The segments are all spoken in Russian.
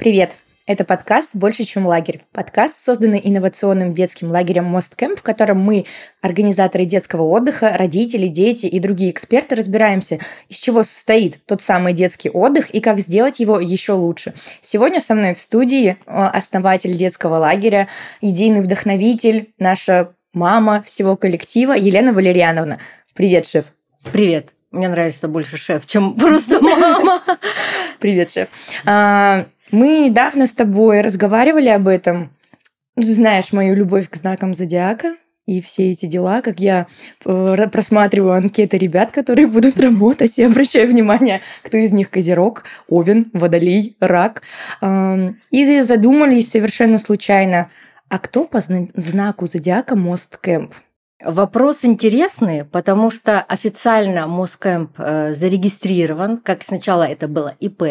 Привет! Это подкаст «Больше, чем лагерь». Подкаст, созданный инновационным детским лагерем «Мост-Кэмп», в котором мы, организаторы детского отдыха, родители, дети и другие эксперты, разбираемся, из чего состоит тот самый детский отдых и как сделать его еще лучше. Сегодня со мной в студии основатель детского лагеря, идейный вдохновитель, наша мама всего коллектива Елена Валерьяновна. Привет, шеф! Привет! Мне нравится больше шеф, чем просто мама. Привет, шеф! Мы недавно с тобой разговаривали об этом. Ты знаешь мою любовь к знакам зодиака и все эти дела, как я просматриваю анкеты ребят, которые будут работать, и обращаю внимание, кто из них козерог, овен, водолей, рак. И задумались совершенно случайно, а кто по знаку зодиака Мост-Кэмп? Вопрос интересный, потому что официально Мост-Кэмп зарегистрирован, как сначала это было ИП,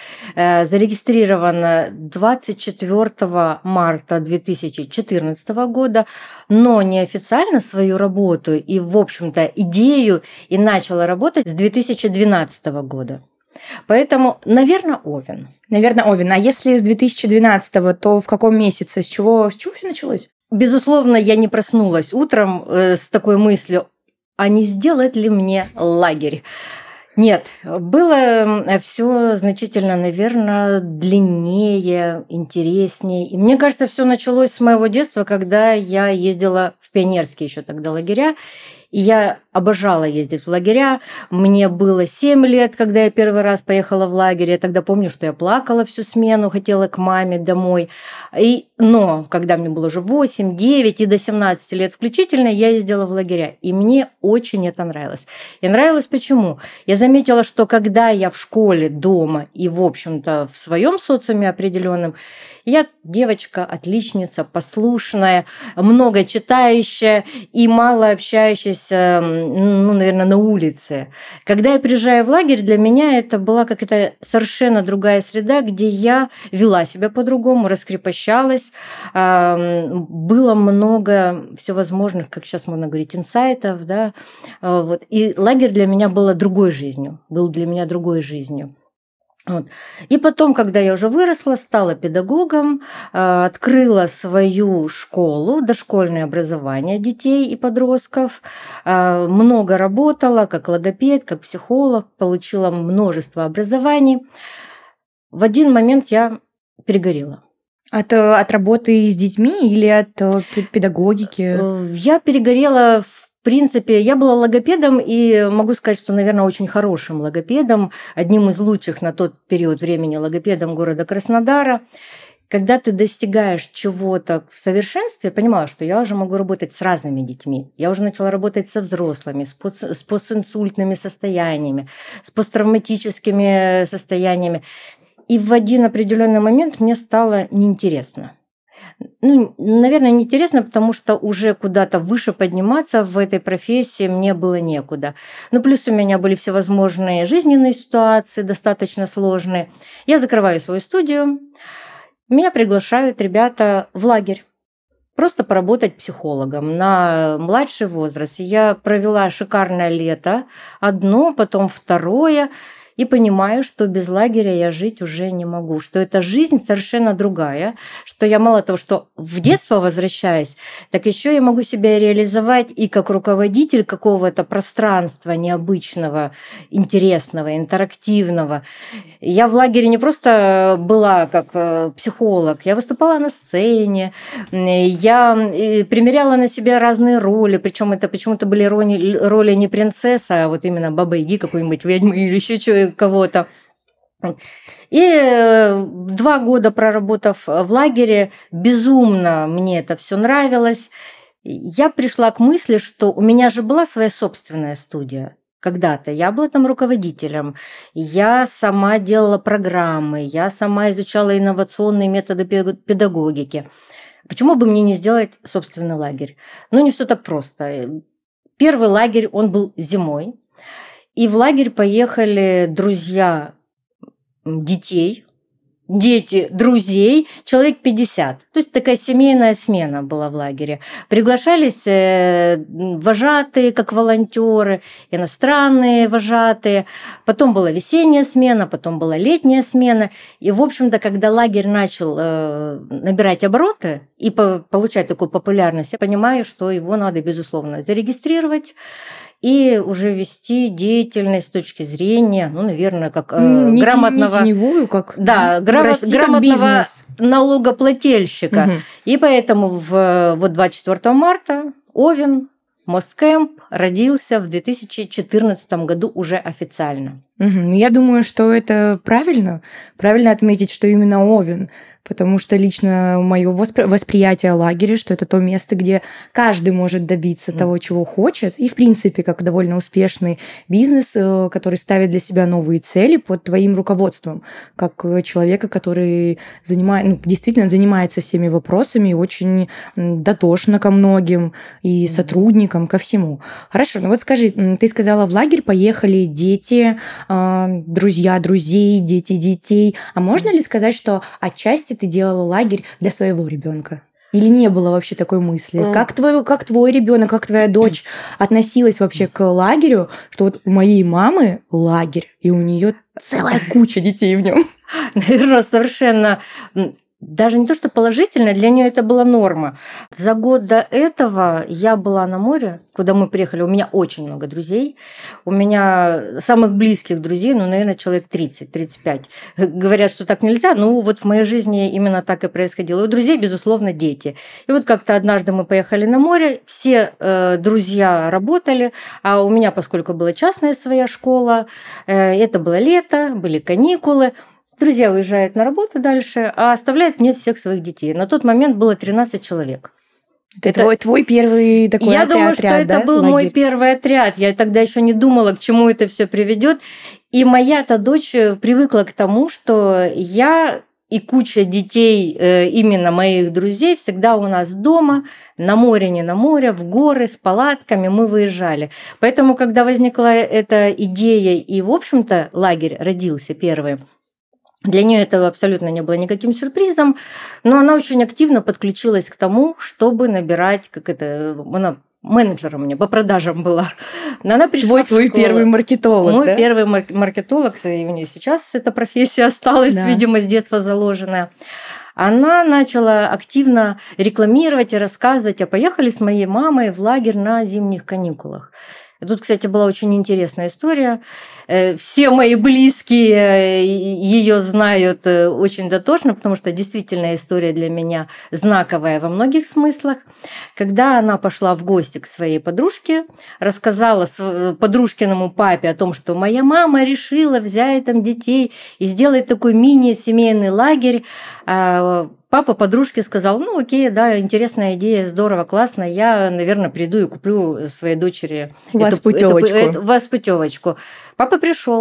зарегистрирован 24 марта 2014 года, но неофициально свою работу и, в общем-то, идею и начала работать с 2012 года. Поэтому, наверное, Овен. Наверное, Овен. А если с 2012, то в каком месяце? С чего все началось? Безусловно, я не проснулась утром с такой мыслью, а не сделать ли мне лагерь? Нет, было все значительно, наверное, длиннее, интереснее. И мне кажется, все началось с моего детства, когда я ездила в пионерские еще тогда лагеря. И я обожала ездить в лагеря. Мне было 7 лет, когда я первый раз поехала в лагерь. Я тогда помню, что я плакала всю смену, хотела к маме домой. Но когда мне было уже 8, 9 и до 17 лет включительно, я ездила в лагеря. И мне очень это нравилось. И нравилось почему? Я заметила, что когда я в школе, дома и, в общем-то, в своем социуме определенном, я девочка, отличница, послушная, много читающая и мало общающаяся, наверное, на улице. Когда я приезжаю в лагерь, для меня это была какая-то совершенно другая среда, где я вела себя по-другому, раскрепощалась. Было много всевозможных, как сейчас можно говорить, инсайтов. Да? Вот. И лагерь для меня был другой жизнью. Вот. И потом, когда я уже выросла, стала педагогом, открыла свою школу, дошкольное образование детей и подростков, много работала как логопед, как психолог, получила множество образований. В один момент я перегорела. От работы с детьми или от педагогики? Я перегорела. В принципе, я была логопедом и могу сказать, что, наверное, очень хорошим логопедом, одним из лучших на тот период времени логопедом города Краснодара. Когда ты достигаешь чего-то в совершенстве, я понимала, что я уже могу работать с разными детьми. Я уже начала работать со взрослыми, с постинсультными состояниями, с посттравматическими состояниями. И в один определенный момент мне стало неинтересно. Наверное, неинтересно, потому что уже куда-то выше подниматься в этой профессии мне было некуда. Плюс у меня были всевозможные жизненные ситуации, достаточно сложные. Я закрываю свою студию, меня приглашают ребята в лагерь. Просто поработать психологом на младший возраст. Я провела шикарное лето, одно, потом второе. И понимаю, что без лагеря я жить уже не могу, что эта жизнь совершенно другая, что я мало того, что в детство возвращаюсь, так еще я могу себя реализовать и как руководитель какого-то пространства необычного, интересного, интерактивного. Я в лагере не просто была как психолог, я выступала на сцене, я примеряла на себя разные роли, причем это почему-то были роли не принцессы, а вот именно Бабы-Яги, какой-нибудь ведьмы или еще кого-то. И 2 года проработав в лагере, безумно мне это все нравилось. Я пришла к мысли, что у меня же была своя собственная студия. Когда-то я была там руководителем, я сама делала программы, я сама изучала инновационные методы педагогики. Почему бы мне не сделать собственный лагерь? Не все так просто. Первый лагерь, он был зимой. И в лагерь поехали друзья детей, дети друзей, человек 50. То есть такая семейная смена была в лагере. Приглашались вожатые, как волонтеры, иностранные вожатые. Потом была весенняя смена, потом была летняя смена. И, в общем-то, когда лагерь начал набирать обороты и получать такую популярность, я понимаю, что его надо, безусловно, зарегистрировать и уже вести деятельность с точки зрения, наверное, как грамотного... Не теневую, как... Да, грамотного налогоплательщика. Угу. И поэтому 24 марта Овен Мосткэмп родился в 2014 году уже официально. Угу. Я думаю, что это правильно отметить, что именно Овен, потому что лично мое восприятие лагеря, что это то место, где каждый может добиться того, чего хочет, и, в принципе, как довольно успешный бизнес, который ставит для себя новые цели под твоим руководством, как человека, который действительно занимается всеми вопросами и очень дотошно ко многим, и сотрудникам, ко всему. Хорошо, вот скажи, ты сказала, в лагерь поехали дети, друзья друзей, дети детей. А можно ли сказать, что отчасти ты делала лагерь для своего ребенка? Или не было вообще такой мысли? Как твой ребенок, как твоя дочь относилась вообще к лагерю, что вот у моей мамы лагерь, и у нее целая куча детей в нем? Наверное, совершенно... Даже не то, что положительно, для нее это была норма. За год до этого я была на море, куда мы приехали. У меня очень много друзей. У меня самых близких друзей, наверное, человек 30-35. Говорят, что так нельзя. Вот в моей жизни именно так и происходило. У друзей, безусловно, дети. И вот как-то однажды мы поехали на море, все друзья работали, а у меня, поскольку была частная своя школа, это было лето, были каникулы. Друзья уезжают на работу дальше, а оставляют мне всех своих детей. На тот момент было 13 человек. Это твой первый такой отряд? Я думаю, что это был мой первый отряд. Я тогда еще не думала, к чему это все приведет. И моя-то дочь привыкла к тому, что я и куча детей именно моих друзей всегда у нас дома, на море, не на море, в горы, с палатками мы выезжали. Поэтому, когда возникла эта идея, и, в общем-то, лагерь родился первый, для нее это абсолютно не было никаким сюрпризом, но она очень активно подключилась к тому, чтобы набирать, она менеджером у меня по продажам была. Она пришла твой первый маркетолог, мой первый маркетолог, и у нее сейчас эта профессия осталась, видимо, с детства заложенная. Она начала активно рекламировать и рассказывать, а поехали с моей мамой в лагерь на зимних каникулах. И тут, кстати, была очень интересная история. Все мои близкие ее знают очень дотошно, потому что действительно история для меня знаковая во многих смыслах. Когда она пошла в гости к своей подружке, рассказала подружкиному папе о том, что моя мама решила взять там детей и сделать такой мини-семейный лагерь, папа подружке сказал, окей, да, интересная идея, здорово, классно, я, наверное, приду и куплю своей дочери вас путевочку. Папа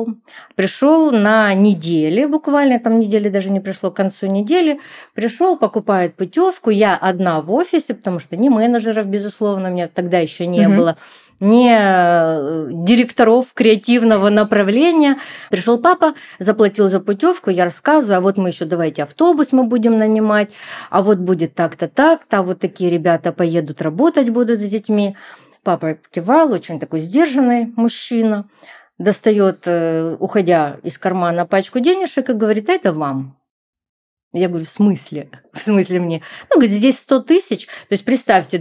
пришел на неделе, буквально там недели даже не пришло, к концу недели, пришел, покупает путевку, я одна в офисе, потому что ни менеджеров, безусловно, у меня тогда еще не было, не директоров креативного направления. Пришел папа, заплатил за путевку, я рассказываю, а вот мы еще давайте автобус мы будем нанимать, а вот будет так-то, так-то, а вот такие ребята поедут работать будут с детьми. Папа кивал, очень такой сдержанный мужчина, достает, уходя из кармана, пачку денежек и говорит, это вам. Я говорю, в смысле? В смысле мне? Говорит, здесь 100 тысяч. То есть, представьте,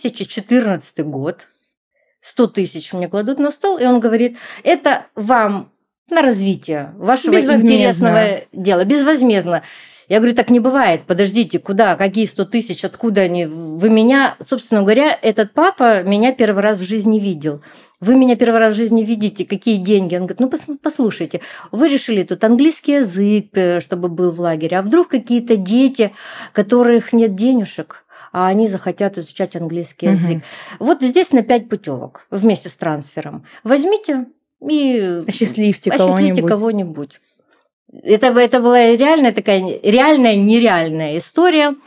2014 год, 100 тысяч мне кладут на стол, и он говорит, это вам на развитие вашего интересного дела. Безвозмездно. Я говорю, так не бывает. Подождите, куда? Какие 100 тысяч? Откуда они? Вы меня, собственно говоря, этот папа меня первый раз в жизни видел. Вы меня первый раз в жизни видите, какие деньги? Он говорит, послушайте, вы решили тут английский язык, чтобы был в лагере, а вдруг какие-то дети, которых нет денежек, а они захотят изучать английский язык. Вот здесь на 5 путевок вместе с трансфером. Возьмите и осчастливьте кого-нибудь. Это была реальная, нереальная история.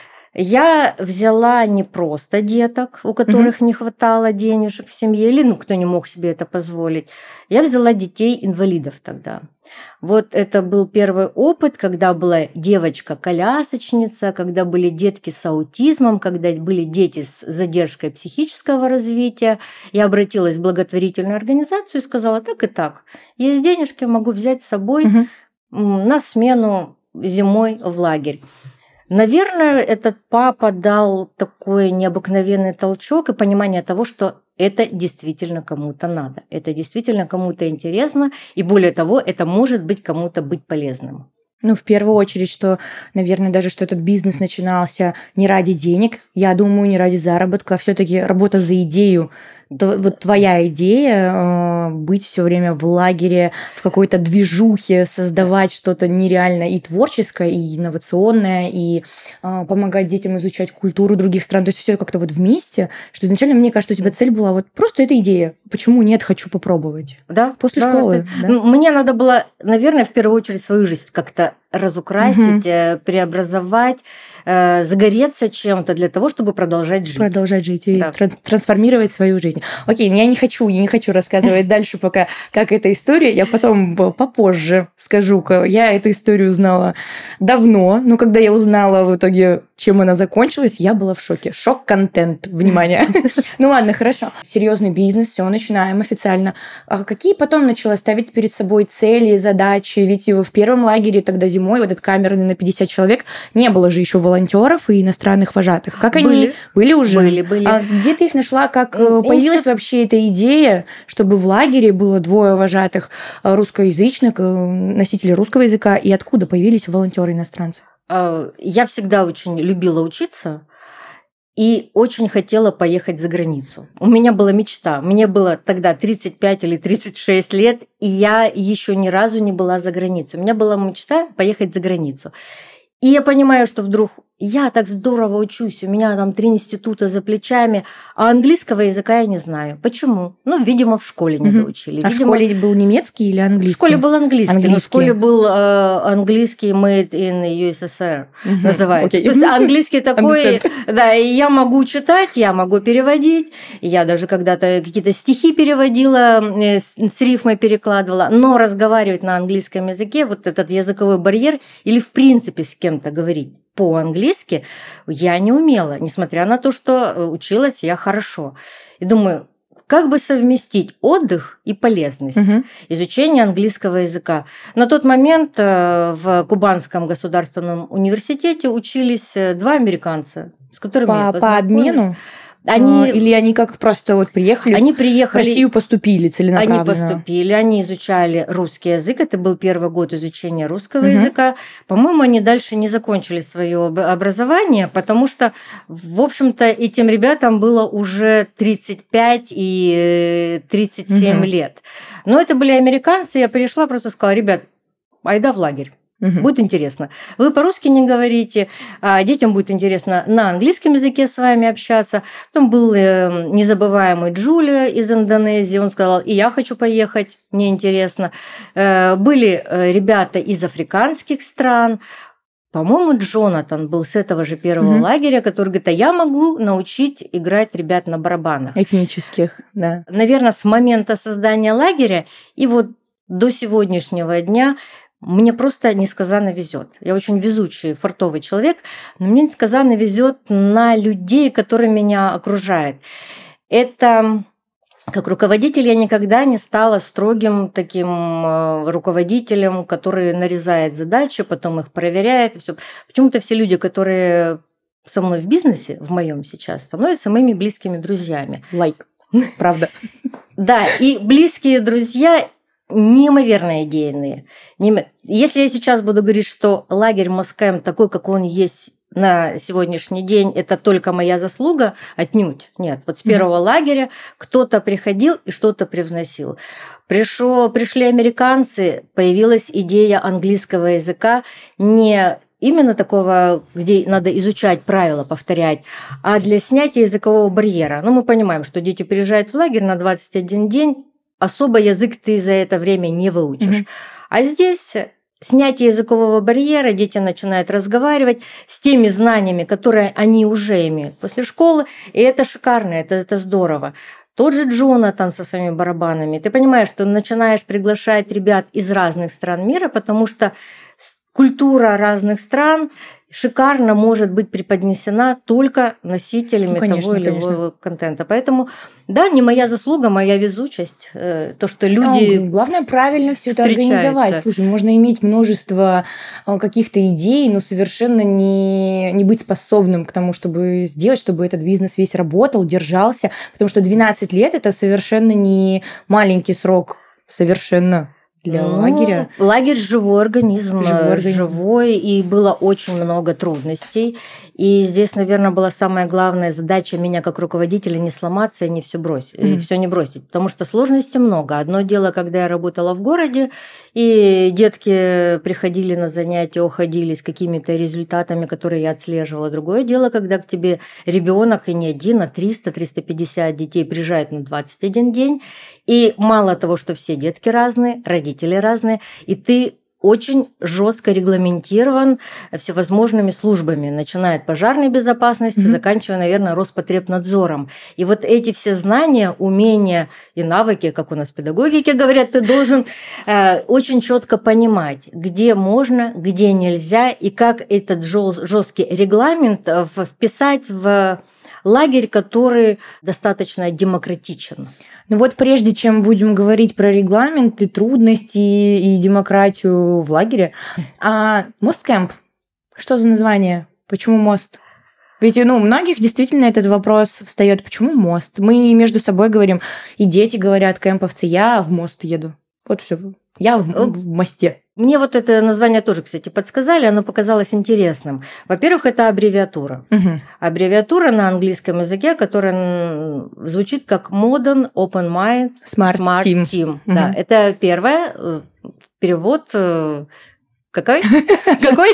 Я взяла не просто деток, у которых не хватало денежек в семье, или кто не мог себе это позволить. Я взяла детей-инвалидов тогда. Вот это был первый опыт, когда была девочка-колясочница, когда были детки с аутизмом, когда были дети с задержкой психического развития. Я обратилась в благотворительную организацию и сказала: так и так, есть денежки, могу взять с собой на смену зимой в лагерь. Наверное, этот папа дал такой необыкновенный толчок и понимание того, что это действительно кому-то надо, это действительно кому-то интересно, и более того, это может быть кому-то быть полезным. Ну, в первую очередь, что, наверное, даже что этот бизнес начинался не ради денег, я думаю, не ради заработка, а все-таки работа за идею. Вот твоя идея быть все время в лагере, в какой-то движухе, создавать что-то нереально и творческое, и инновационное, и помогать детям изучать культуру других стран. То есть все как-то вот вместе, что изначально, мне кажется, у тебя цель была вот просто эта идея. Почему нет, хочу попробовать. Да, после школы. Да. Мне надо было, наверное, в первую очередь свою жизнь как-то разукрасить, преобразовать, загореться чем-то для того, чтобы продолжать жить. Продолжать жить и трансформировать свою жизнь. Окей, я не хочу рассказывать дальше пока, как эта история. Я потом попозже скажу. Я эту историю узнала давно, но когда я узнала в итоге, чем она закончилась, я была в шоке. Шок-контент, внимание. Ну ладно, хорошо. Серьезный бизнес, все, начинаем официально. А какие потом начала ставить перед собой цели, задачи? Ведь в первом лагере тогда зимой, вот этот камерный на 50 человек, не было же еще волонтеров и иностранных вожатых. Как они были уже? Были. А где ты их нашла? Как появилась вообще эта идея, чтобы в лагере было 2 вожатых русскоязычных, носителей русского языка, и откуда появились волонтеры-иностранцы? Я всегда очень любила учиться и очень хотела поехать за границу. У меня была мечта. Мне было тогда 35 или 36 лет, и я еще ни разу не была за границей. У меня была мечта поехать за границу. И я понимаю, что вдруг я так здорово учусь, у меня там 3 института за плечами, а английского языка я не знаю. Почему? Ну, видимо, в школе не доучили. А в школе был немецкий или английский? В школе был английский. Но в школе был английский made in USSR, называется. То есть английский такой, да, и я могу читать, я могу переводить. Я даже когда-то какие-то стихи переводила, с рифмой перекладывала, но разговаривать на английском языке, вот этот языковой барьер, или в принципе с кем-то говорить по-английски я не умела, несмотря на то, что училась я хорошо. И думаю, как бы совместить отдых и полезность изучения английского языка. На тот момент в Кубанском государственном университете учились 2 американца, с которыми я познакомилась. По обмену? Или они как просто вот приехали, в Россию, поступили целенаправленно? Они поступили, они изучали русский язык. Это был первый год изучения русского языка. По-моему, они дальше не закончили свое образование, потому что, в общем-то, этим ребятам было уже 35 и 37 лет. Но это были американцы. Я пришла, просто сказала: ребят, айда в лагерь. Будет интересно. Вы по-русски не говорите, а детям будет интересно на английском языке с вами общаться. Потом был незабываемый Джулия из Индонезии. Он сказал: и я хочу поехать, мне интересно. Были ребята из африканских стран. По-моему, Джонатан был с этого же первого лагеря, который говорит: а я могу научить играть ребят на барабанах. Этнических, да. Наверное, с момента создания лагеря и вот до сегодняшнего дня мне просто несказанно везет. Я очень везучий, фартовый человек, но мне несказанно везет на людей, которые меня окружают. Это как руководитель я никогда не стала строгим таким руководителем, который нарезает задачи, потом их проверяет. Всё. Почему-то все люди, которые со мной в бизнесе, в моем сейчас, становятся моими близкими друзьями. Правда. Да, и близкие друзья неимоверно идейные. Если я сейчас буду говорить, что лагерь Moscamp такой, как он есть на сегодняшний день, это только моя заслуга, отнюдь. Нет, вот с первого лагеря кто-то приходил и что-то привносил. Пришли американцы, появилась идея английского языка, не именно такого, где надо изучать правила, повторять, а для снятия языкового барьера. Ну, мы понимаем, что дети приезжают в лагерь на 21 день, особо язык ты за это время не выучишь. А здесь снятие языкового барьера, дети начинают разговаривать с теми знаниями, которые они уже имеют после школы, и это шикарно, это здорово. Тот же Джонатан со своими барабанами. Ты понимаешь, что начинаешь приглашать ребят из разных стран мира, потому что культура разных стран шикарно может быть преподнесена только носителями того или иного контента. Поэтому, да, не моя заслуга, моя везучесть. То, что люди главное, правильно все это организовать. Слушай, можно иметь множество каких-то идей, но совершенно не быть способным к тому, чтобы сделать, чтобы этот бизнес весь работал, держался. Потому что 12 лет – это совершенно не маленький срок, совершенно. Для лагеря? Лагерь – живой организм, живой, и было очень много трудностей. И здесь, наверное, была самая главная задача меня как руководителя не сломаться и не все бросить, и все не бросить, потому что сложностей много. Одно дело, когда я работала в городе, и детки приходили на занятия, уходили с какими-то результатами, которые я отслеживала. Другое дело, когда к тебе ребенок и не один, а 300-350 детей приезжает на 21 день, и мало того, что все детки разные, родители разные, и ты очень жестко регламентирован всевозможными службами, начиная от пожарной безопасности, заканчивая, наверное, Роспотребнадзором. И вот эти все знания, умения и навыки, как у нас в педагогике говорят, ты должен очень четко понимать, где можно, где нельзя, и как этот жесткий регламент вписать в лагерь, который достаточно демократичен. Ну вот прежде чем будем говорить про регламенты, трудности и демократию в лагере, Мосткэмп, что за название? Почему мост? Ведь у многих действительно этот вопрос встает, почему мост? Мы между собой говорим, и дети говорят, кэмповцы, я в мост еду. Вот все, я в мосте. Мне вот это название тоже, кстати, подсказали, оно показалось интересным. Во-первых, это аббревиатура. Аббревиатура на английском языке, которая звучит как Modern Open Mind Smart Team. Да, это первое. Перевод какой? Какой?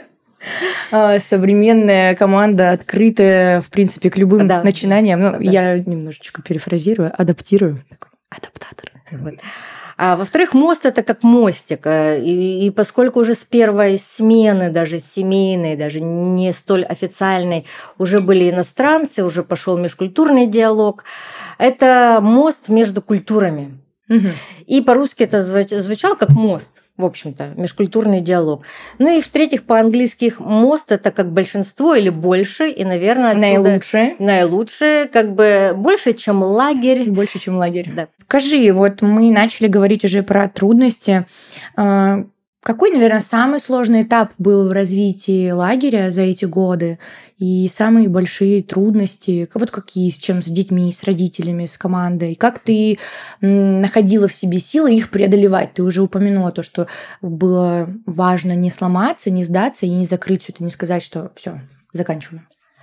Современная команда, открытая, в принципе, к любым начинаниям. Я немножечко перефразирую, адаптирую. Такой адаптатор. А во-вторых, мост – это как мостик. И поскольку уже с первой смены, даже семейной, даже не столь официальной, уже были иностранцы, уже пошел межкультурный диалог, это мост между культурами. И по-русски это звучало как мост. В общем-то, межкультурный диалог. Ну и в-третьих, по-английски мост – это как большинство или больше, и, наверное, наилучшее, как бы больше, чем лагерь. Больше, чем лагерь. Да. Скажи, вот мы начали говорить уже про трудности. Какой, наверное, самый сложный этап был в развитии лагеря за эти годы? И самые большие трудности, вот какие, с чем, с детьми, с родителями, с командой? Как ты находила в себе силы их преодолевать? Ты уже упомянула то, что было важно не сломаться, не сдаться и не закрыть все это, не сказать, что все, заканчиваю.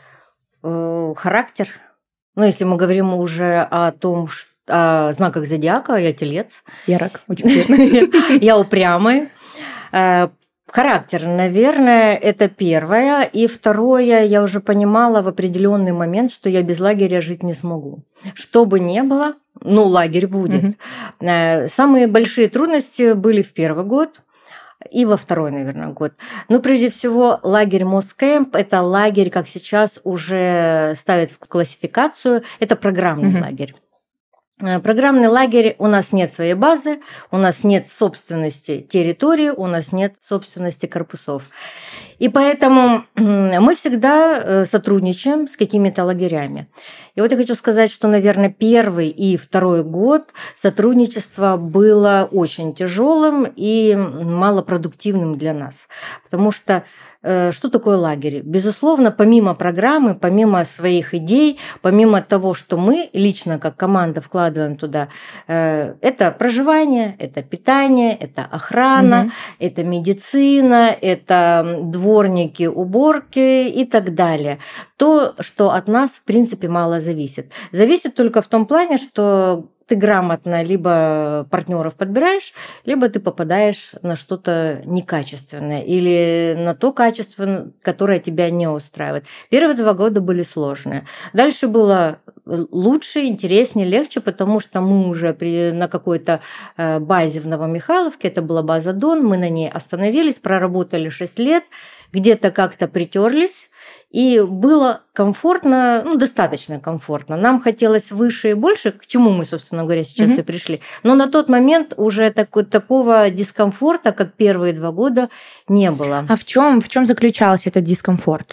Характер. Ну, если мы говорим уже о том, что о знаках зодиака, я телец. Я рак, очень приятно. Я упрямый. Характер, наверное, это первое. И второе, я уже понимала в определенный момент, что я без лагеря жить не смогу. Что бы ни было, лагерь будет. Самые большие трудности были в первый год и во второй, наверное, год. Прежде всего, лагерь Мосткэмп – это лагерь, как сейчас уже ставят в классификацию, это программный лагерь. Программный лагерь, у нас нет своей базы, у нас нет собственности территории, у нас нет собственности корпусов. И поэтому мы всегда сотрудничаем с какими-то лагерями. И вот я хочу сказать, что, наверное, первый и второй год сотрудничество было очень тяжелым и малопродуктивным для нас. Потому что что такое лагерь? Безусловно, помимо программы, помимо своих идей, помимо того, что мы лично как команда вкладываем туда, это проживание, это питание, это охрана, это медицина, это дворники, уборки и так далее. То, что от нас, в принципе, мало зависит. Зависит только в том плане, что ты грамотно либо партнеров подбираешь, либо ты попадаешь на что-то некачественное или на то качество, которое тебя не устраивает. Первые 2 года были сложные. Дальше было лучше, интереснее, легче, потому что мы уже на какой-то базе в Новомихайловке, это была база Дон, мы на ней остановились, проработали 6 лет, где-то как-то притерлись, и было комфортно, достаточно комфортно. Нам хотелось выше и больше, к чему мы, собственно говоря, сейчас и пришли. Но на тот момент уже такого дискомфорта, как первые 2 года, не было. А в чем заключался этот дискомфорт?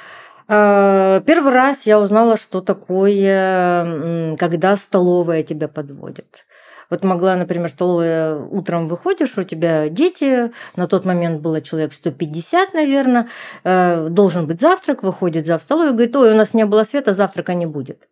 Первый раз я узнала, что такое, когда столовая тебя подводит. Вот могла, например, столовая, утром выходишь, у тебя дети, на тот момент было человек 150, наверное, должен быть завтрак, выходит зав столовую и говорит: ой, у нас не было света, завтрака не будет.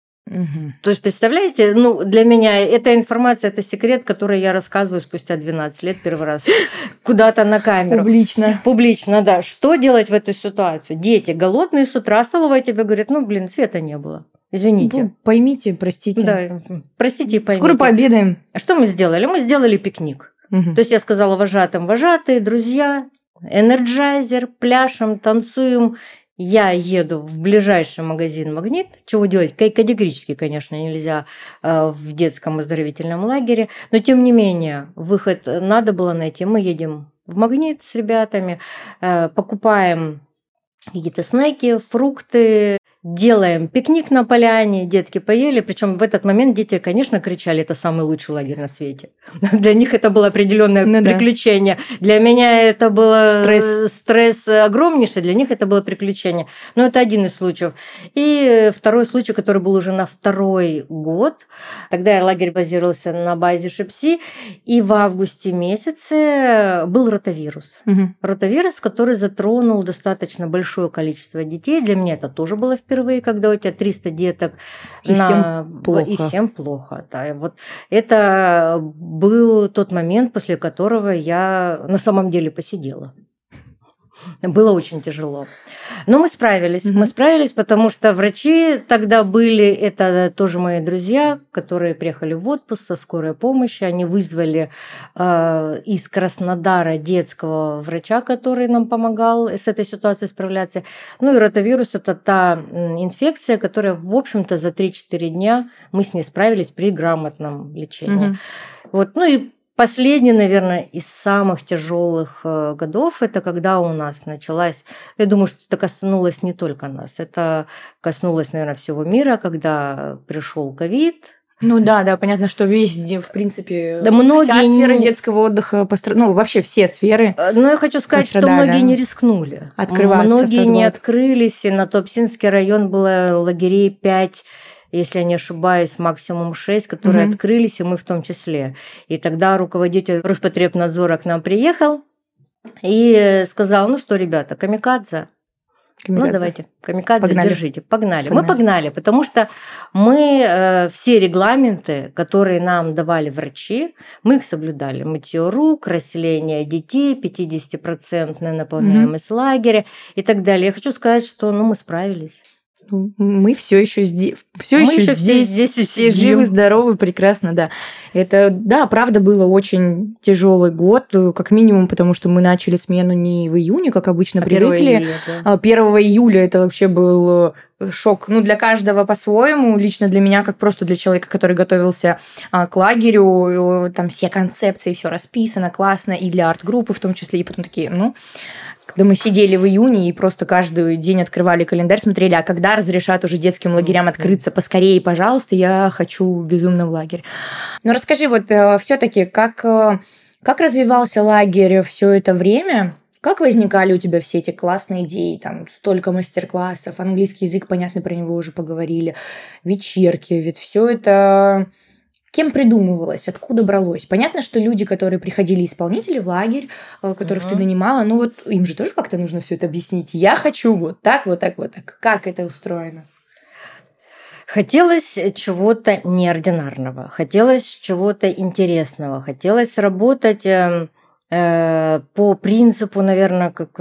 То есть, представляете, для меня эта информация, это секрет, который я рассказываю спустя 12 лет первый раз куда-то на камеру. Публично, да. Что делать в этой ситуации? Дети голодные с утра, столовая тебе говорит: света не было. Извините. Поймите, простите. Да, простите и поймите. Скоро пообедаем. Что мы сделали? Мы сделали пикник. То есть я сказала вожатым: вожатые, друзья, энерджайзер, пляшем, танцуем. Я еду в ближайший магазин «Магнит». Чего делать? Категорически, конечно, нельзя в детском оздоровительном лагере. Но, тем не менее, выход надо было найти. Мы едем в «Магнит» с ребятами, покупаем какие-то снеки, фрукты, делаем пикник на поляне, детки поели. Причем в этот момент дети, конечно, кричали: это самый лучший лагерь на свете. Для них это было определенное приключение. Для меня это было стресс огромнейший, для них это было приключение. Но это один из случаев. И второй случай, который был уже на 2-й год. Тогда лагерь базировался на базе Шипси, и в августе месяце был ротавирус. Ротавирус, который затронул достаточно большое количество детей. Для меня это тоже было впервые, когда у тебя 300 деток. Всем плохо. И всем плохо. Да. И вот это был тот момент, после которого я на самом деле посидела. Было очень тяжело. Но мы справились. Мы справились, потому что врачи тогда были, это тоже мои друзья, которые приехали в отпуск со скорой помощи. Они вызвали из Краснодара детского врача, который нам помогал с этой ситуацией справляться. И ротавирус – это та инфекция, которая, в общем-то, за 3-4 дня мы с ней справились при грамотном лечении. И последний, наверное, из самых тяжелых годов, это когда у нас началась, я думаю, что это коснулось не только нас, это коснулось, наверное, всего мира, когда пришел ковид. Да, понятно, что везде, в принципе, вся сфера детского отдыха вообще все сферы. Но я хочу сказать, что многие не рискнули. Открываться. Многие не открылись, и на Туапсинский район было лагерей 5, если я не ошибаюсь, максимум 6, которые открылись, и мы в том числе. И тогда руководитель Роспотребнадзора к нам приехал и сказал: что, ребята, камикадзе. Давайте, камикадзе, погнали. Держите. Погнали. Мы погнали, потому что мы все регламенты, которые нам давали врачи, мы их соблюдали. Мытье рук, расселение детей, 50% наполняемость лагеря и так далее. Я хочу сказать, что мы справились. Мы все еще здесь. Все живы, здоровы, прекрасно, да. Это, правда, было очень тяжелый год, как минимум, потому что мы начали смену не в июне, как обычно привыкли. 1 июля, да. 1 июля это вообще был шок. Для каждого по-своему. Лично для меня, как просто для человека, который готовился к лагерю, там все концепции, все расписано классно, и для арт-группы в том числе, и потом такие, когда мы сидели в июне и просто каждый день открывали календарь, смотрели, а когда разрешат уже детским лагерям открыться поскорее, пожалуйста, я хочу безумно в лагерь. Но расскажи, все-таки, как развивался лагерь все это время? Как возникали у тебя все эти классные идеи? Там столько мастер-классов, английский язык, понятно, про него уже поговорили, вечерки, ведь все это... Кем придумывалось, откуда бралось? Понятно, что люди, которые приходили, исполнители в лагерь, которых ты нанимала, им же тоже как-то нужно все это объяснить. Я хочу вот так. Как это устроено? Хотелось чего-то неординарного, хотелось чего-то интересного, хотелось работать по принципу, наверное, как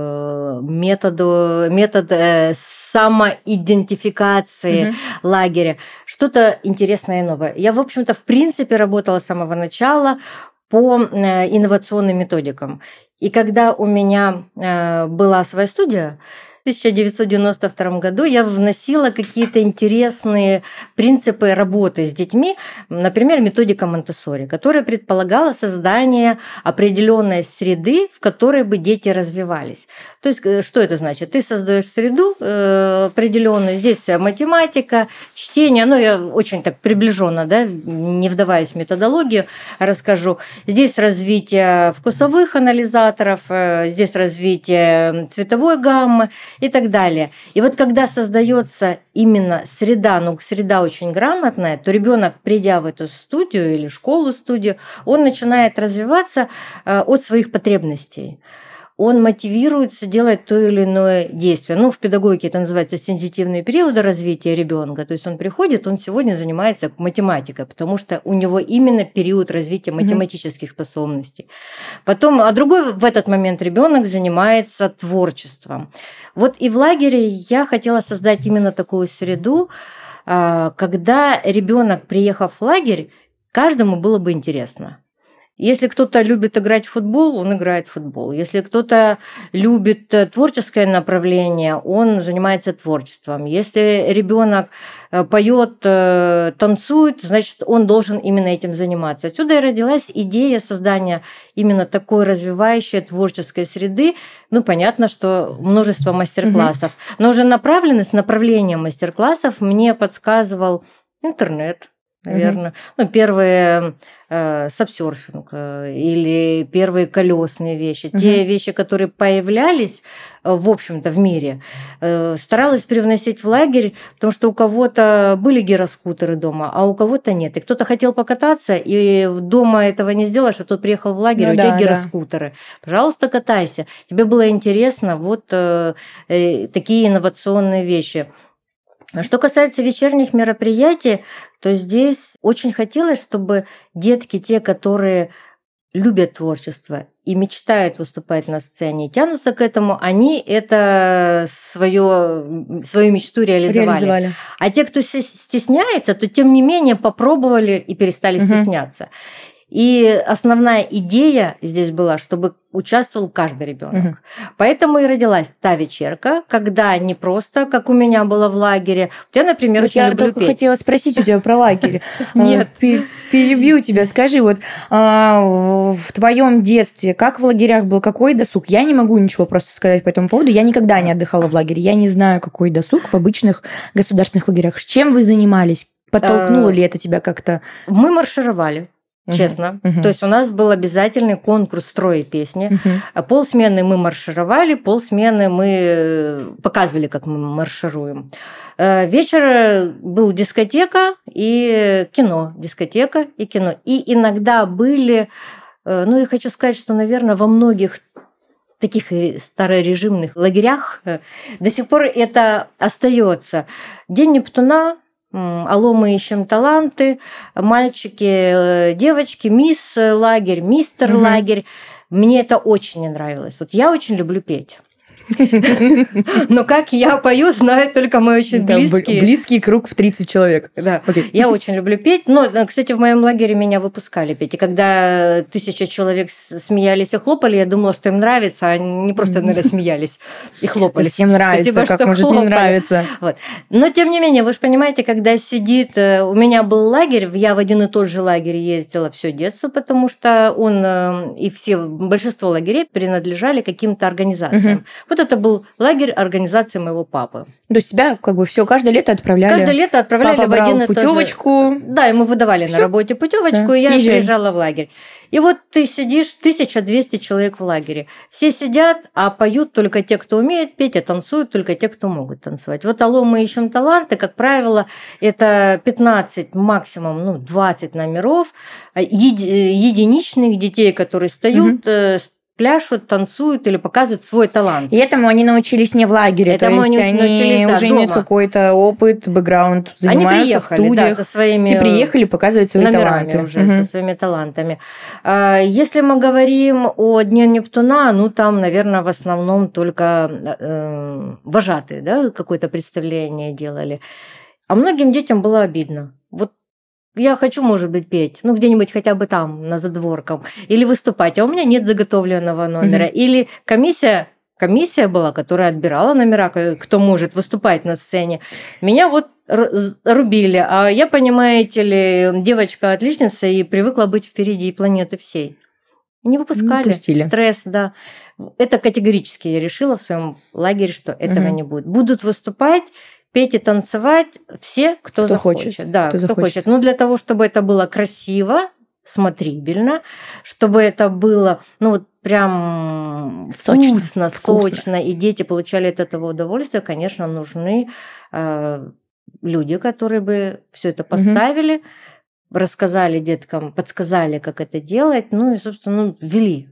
метод самоидентификации лагеря, что-то интересное и новое. Я, в общем-то, в принципе, работала с самого начала по инновационным методикам. И когда у меня была своя студия, В 1992 году я вносила какие-то интересные принципы работы с детьми, например, методика Монтессори, которая предполагала создание определенной среды, в которой бы дети развивались. То есть, что это значит? Ты создаешь среду определенную, здесь математика, чтение, я очень так приближенно, да, не вдаваясь в методологию, расскажу. Здесь развитие вкусовых анализаторов, здесь развитие цветовой гаммы и так далее. И вот когда создается именно среда, среда очень грамотная, то ребенок, придя в эту студию или школу-студию, он начинает развиваться от своих потребностей. Он мотивируется делать то или иное действие. В педагогике это называется сенситивные периоды развития ребенка. То есть он приходит, он сегодня занимается математикой, потому что у него именно период развития математических способностей. Потом, другой в этот момент ребенок занимается творчеством. Вот и в лагере я хотела создать именно такую среду, когда ребенок, приехав в лагерь, каждому было бы интересно. Если кто-то любит играть в футбол, он играет в футбол. Если кто-то любит творческое направление, он занимается творчеством. Если ребенок поет, танцует, значит, он должен именно этим заниматься. Отсюда и родилась идея создания именно такой развивающей творческой среды. Понятно, что множество мастер-классов. Но уже направление мастер-классов мне подсказывал интернет, наверное. Первые сапсерфинг или первые колесные вещи. Те вещи, которые появлялись, в общем-то, в мире, старалась привносить в лагерь, потому что у кого-то были гироскутеры дома, а у кого-то нет. И кто-то хотел покататься, и дома этого не сделаешь, а тот приехал в лагерь, у тебя гироскутеры. Пожалуйста, катайся. Тебе было интересно такие инновационные вещи. Что касается вечерних мероприятий, то здесь очень хотелось, чтобы детки, те, которые любят творчество и мечтают выступать на сцене, тянутся к этому, они свою мечту реализовали. А те, кто стесняется, то тем не менее попробовали и перестали стесняться. И основная идея здесь была, чтобы участвовал каждый ребенок. Поэтому и родилась та вечерка, когда не просто, как у меня было в лагере. Я, например, очень люблю петь. Я хотела спросить у тебя про лагерь. Нет. Перебью тебя. Скажи, в твоем детстве, как в лагерях был, какой досуг? Я не могу ничего просто сказать по этому поводу. Я никогда не отдыхала в лагере. Я не знаю, какой досуг в обычных государственных лагерях. С чем вы занимались? Подтолкнуло ли это тебя как-то? Мы маршировали. Честно. То есть у нас был обязательный конкурс строя песни. Полсмены мы маршировали, полсмены мы показывали, как мы маршируем. Вечер был дискотека и кино. Дискотека и кино. И иногда были... я хочу сказать, что, наверное, во многих таких старорежимных лагерях до сих пор это остается. День Нептуна, алло, мы ищем таланты, мальчики, девочки, мисс лагерь, мистер лагерь. Мне это очень не нравилось. Я очень люблю петь. Но как я пою, знают только мои очень близкие. Близкий круг в 30 человек. Да. Я очень люблю петь. Но, кстати, в моем лагере меня выпускали петь. И когда 1000 человек смеялись и хлопали, я думала, что им нравится, а не просто, наверное, смеялись и хлопали. Всем нравится, спасибо, как может хлопали. Не нравится. Но, тем не менее, вы же понимаете, когда сидит... У меня был лагерь, я в один и тот же лагерь ездила все детство, потому что он и большинство лагерей принадлежали каким-то организациям. Это был лагерь организации моего папы. То есть тебя все каждое лето отправляли? Каждое лето отправляли папа в один и путевочку. Да, ему выдавали на работе путевочку, и я приезжала в лагерь. И ты сидишь, 1200 человек в лагере. Все сидят, а поют только те, кто умеет петь, а танцуют только те, кто могут танцевать. Алло, мы ищем таланты, как правило, это 15, максимум 20 номеров единичных детей, которые встают, пляшут, танцуют или показывают свой талант. И этому они научились не в лагере, этому то есть они уже имеют какой-то опыт, бэкграунд, занимаются в студиях. Со своими и приехали показывать свои таланты. Уже, со своими талантами. Если мы говорим о Дне Нептуна, там, наверное, в основном только вожатые, да, какое-то представление делали. А многим детям было обидно. Я хочу, может быть, петь, где-нибудь хотя бы там, на задворках, или выступать, а у меня нет заготовленного номера. Или комиссия комиссия была, которая отбирала номера, кто может выступать на сцене. Меня вот рубили. А я, понимаете ли, девочка-отличница и привыкла быть впереди планеты всей. Не выпускали. Стресс, да. Это категорически я решила в своем лагере, что этого не будет. Будут выступать, петь и танцевать все, кто захочет. Да, кто захочет. Но для того, чтобы это было красиво, смотрибельно, чтобы это было, прям вкусно, сочно, и дети получали от этого удовольствие, конечно, нужны люди, которые бы все это поставили, рассказали деткам, подсказали, как это делать, и, собственно, ввели.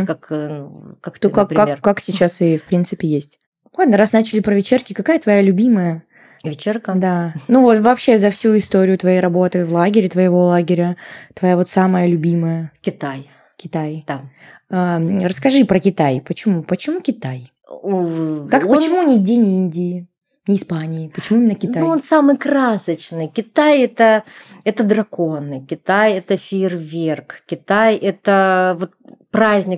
Как сейчас и, в принципе, есть. Ладно, раз начали про вечерки, какая твоя любимая вечерка? Да. Вообще за всю историю твоей работы в лагере, твоего лагеря, твоя вот самая любимая? Китай. Да. Расскажи про Китай. Почему Китай? Почему нигде не Индии, не Испании? Почему именно Китай? Он самый красочный. Китай это драконы, Китай это фейерверк, Китай это праздник.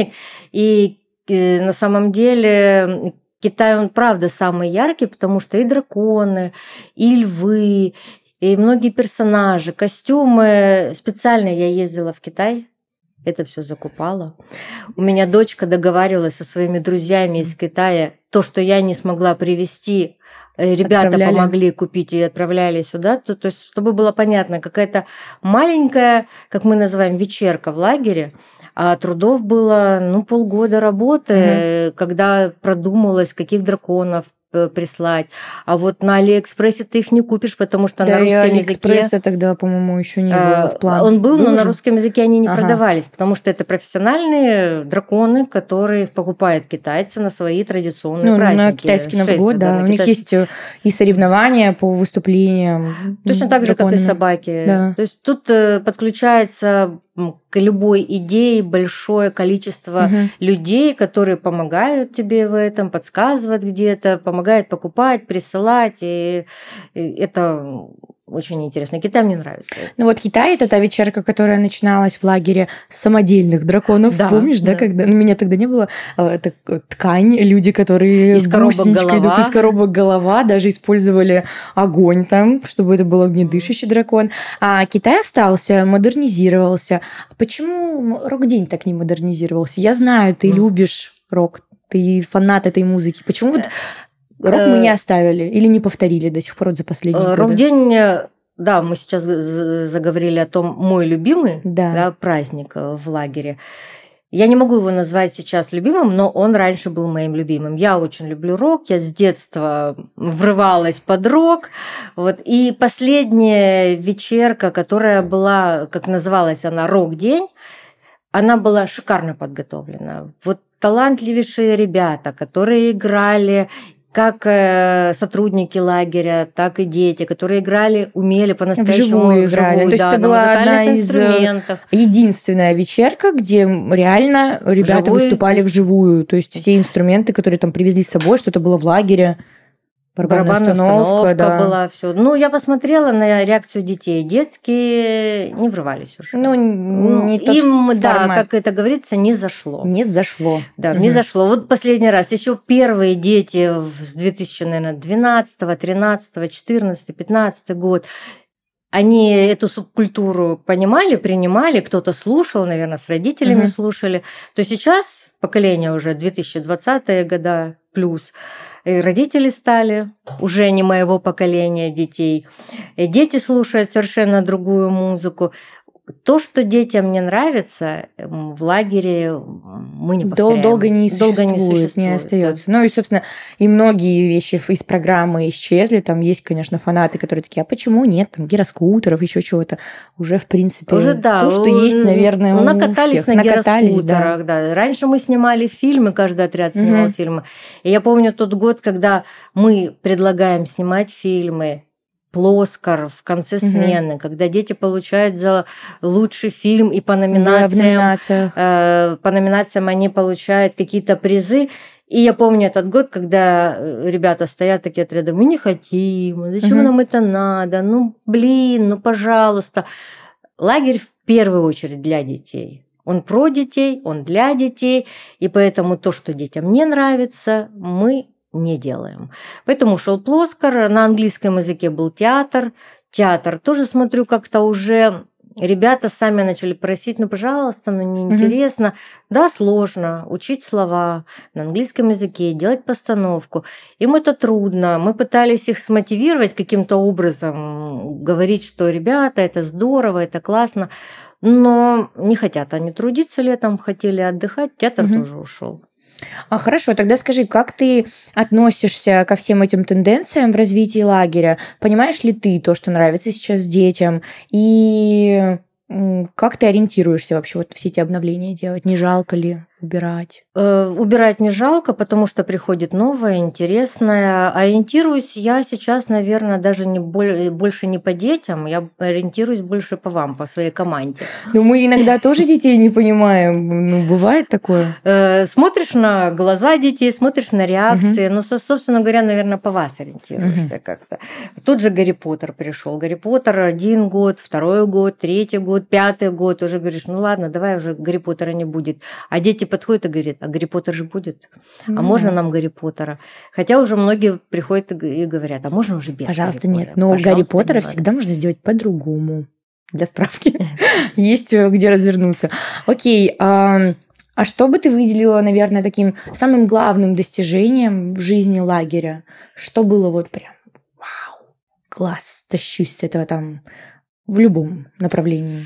И на самом деле Китай, он правда самый яркий, потому что и драконы, и львы, и многие персонажи, костюмы. Специально я ездила в Китай, это все закупала. У меня дочка договаривалась со своими друзьями из Китая. То, что я не смогла привезти, ребята помогли купить и отправляли сюда. То есть, чтобы было понятно, какая-то маленькая, как мы называем, вечерка в лагере, а трудов было, полгода работы, когда продумалось, каких драконов прислать. А вот на Алиэкспрессе ты их не купишь, потому что на русском языке... Алиэкспресса тогда, по-моему, еще не было в планах. Он был, но на русском языке они не продавались, потому что это профессиональные драконы, которые покупают китайцы на свои традиционные праздники. На китайский Новый год, да. У них есть и соревнования по выступлениям. Точно так же, как и собаки. Да. То есть тут подключается к любой идее большое количество людей, которые помогают тебе в этом, подсказывают где-то, помогают покупать, присылать. И это очень интересно. Китай мне нравится. Китай – это та вечерка, которая начиналась в лагере самодельных драконов. Да, помнишь, да? Когда меня тогда не было. Это ткань, люди, которые из коробок идут из коробок голова, даже использовали огонь там, чтобы это был огнедышащий дракон. А Китай остался, модернизировался. Почему рок-день так не модернизировался? Я знаю, ты любишь рок, ты фанат этой музыки. Почему рок мы не оставили или не повторили до сих пор за последние годы? Рок-день, да, мы сейчас заговорили о том, мой любимый праздник в лагере. Я не могу его назвать сейчас любимым, но он раньше был моим любимым. Я очень люблю рок, я с детства врывалась под рок. И последняя вечерка, которая была, как называлась она, «Рок-день», она была шикарно подготовлена. Талантливейшие ребята, которые играли как сотрудники лагеря, так и дети, которые играли, умели по-настоящему играли. То есть это была одна из единственная вечерка, где реально ребята выступали вживую. То есть все инструменты, которые там привезли с собой, что-то было в лагере. Барабанная установка была, все. Я посмотрела на реакцию детей. Детки не врывались уже. Не тот им, да, как это говорится, не зашло. Не зашло. Да, не зашло. Последний раз. Еще первые дети с 2012, 13, 14, 15 год. Они эту субкультуру понимали, принимали, кто-то слушал, наверное, с родителями слушали. То сейчас поколение уже 2020-е года плюс. И родители стали уже не моего поколения детей. И дети слушают совершенно другую музыку. То, что детям не нравится, в лагере мы не повторяем. Долго не существует, не остается. Да. И, собственно, и многие вещи из программы исчезли. Там есть, конечно, фанаты, которые такие, а почему нет? Там гироскутеров, еще чего-то. Уже, в принципе, уже, да, то, что есть, наверное, накатались у всех. На гироскутерах, да. Раньше мы снимали фильмы, каждый отряд снимал фильмы. И я помню тот год, когда мы предлагаем снимать фильмы, Плоскар в конце смены, когда дети получают за лучший фильм, и по номинациям они получают какие-то призы. И я помню этот год, когда ребята стоят такие отряды, мы не хотим, зачем нам это надо, пожалуйста. Лагерь в первую очередь для детей. Он про детей, он для детей, и поэтому то, что детям не нравится, мы не делаем. Поэтому ушел Плоскар, на английском языке был театр. Театр тоже, смотрю, как-то уже ребята сами начали просить, ну, пожалуйста, ну, неинтересно. Да, сложно учить слова на английском языке, делать постановку. Им это трудно. Мы пытались их смотивировать каким-то образом, говорить, что, ребята, это здорово, это классно. Но не хотят они трудиться летом, хотели отдыхать, театр тоже ушел. Хорошо, тогда скажи, как ты относишься ко всем этим тенденциям в развитии лагеря? Понимаешь ли ты то, что нравится сейчас детям? И как ты ориентируешься вообще вот все эти обновления делать? Не жалко ли убирать? Убирать не жалко, потому что приходит новое, интересное. Ориентируюсь я сейчас, наверное, даже больше не по детям, я ориентируюсь больше по вам, по своей команде. Ну, мы иногда тоже детей не понимаем. Ну, бывает такое. Смотришь на глаза детей, смотришь на реакции. Ну, собственно говоря, наверное, по вас ориентируешься как-то. Тут же Гарри Поттер пришел. Гарри Поттер 1 год, 2 год, 3 год, 5 год. Уже говоришь, ну ладно, давай уже Гарри Поттера не будет. А дети подходят и говорят, а Гарри Поттер же будет? А можно нам Гарри Поттера? Хотя уже многие приходят и говорят, а можно уже без Пожалуйста, Гарри нет. Поттера? Но Гарри Поттера всегда можно сделать по-другому. Для справки. Есть где развернуться. Окей, а что бы ты выделила, наверное, таким самым главным достижением в жизни лагеря? Что было вот прям, вау, класс, тащусь с этого там в любом направлении?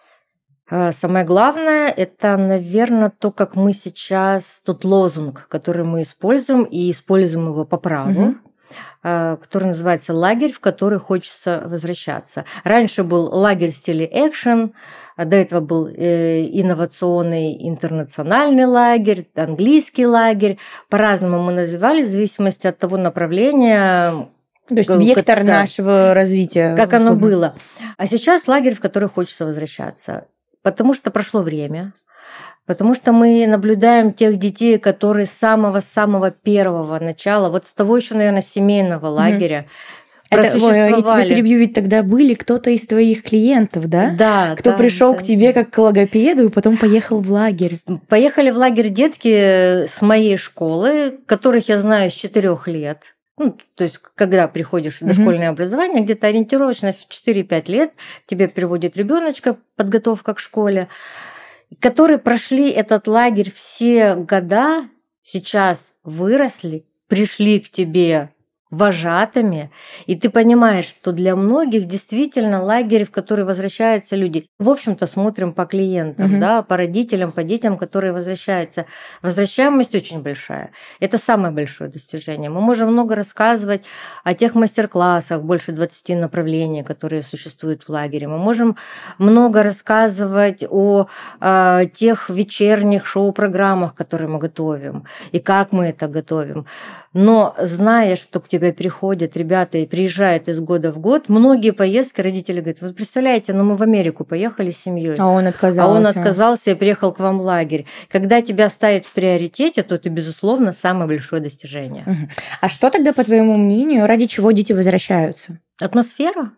Самое главное, это, наверное, то, как мы сейчас, тот лозунг, который мы используем, и используем его по праву, который называется «Лагерь, в который хочется возвращаться». Раньше был лагерь в стиле экшен, до этого был инновационный интернациональный лагерь, английский лагерь. По-разному мы называли, в зависимости от того направления, то есть вектор нашего развития. Как оно было. А сейчас лагерь, в который хочется возвращаться. Потому что прошло время, потому что мы наблюдаем тех детей, которые с самого-самого первого начала, вот с того еще, наверное, семейного лагеря, просуществовали. Я тебя перебью, ведь тогда были кто-то из твоих клиентов, да? Да. Кто пришел к тебе как к логопеду и потом поехал в лагерь. Поехали в лагерь детки с моей школы, которых я знаю с 4 лет. Ну, то есть, когда приходишь в дошкольное образование, где-то ориентировочно в 4-5 лет тебе приводит ребеночка, подготовка к школе, которые прошли этот лагерь все года, сейчас выросли, пришли к тебе вожатыми, и ты понимаешь, что для многих действительно лагерь, в который возвращаются люди. В общем-то, смотрим по клиентам, да, по родителям, по детям, которые возвращаются. Возвращаемость очень большая. Это самое большое достижение. Мы можем много рассказывать о тех мастер-классах, больше 20 направлений, которые существуют в лагере. Мы можем много рассказывать о тех вечерних шоу-программах, которые мы готовим, и как мы это готовим. Но зная, что к тебе приходят ребята и приезжают из года в год, многие поездки родители говорят, вы представляете, мы в Америку поехали с семьей, а он отказался и приехал к вам в лагерь. Когда тебя ставят в приоритете, то это, безусловно, самое большое достижение. А что тогда, по твоему мнению, ради чего дети возвращаются? Атмосфера.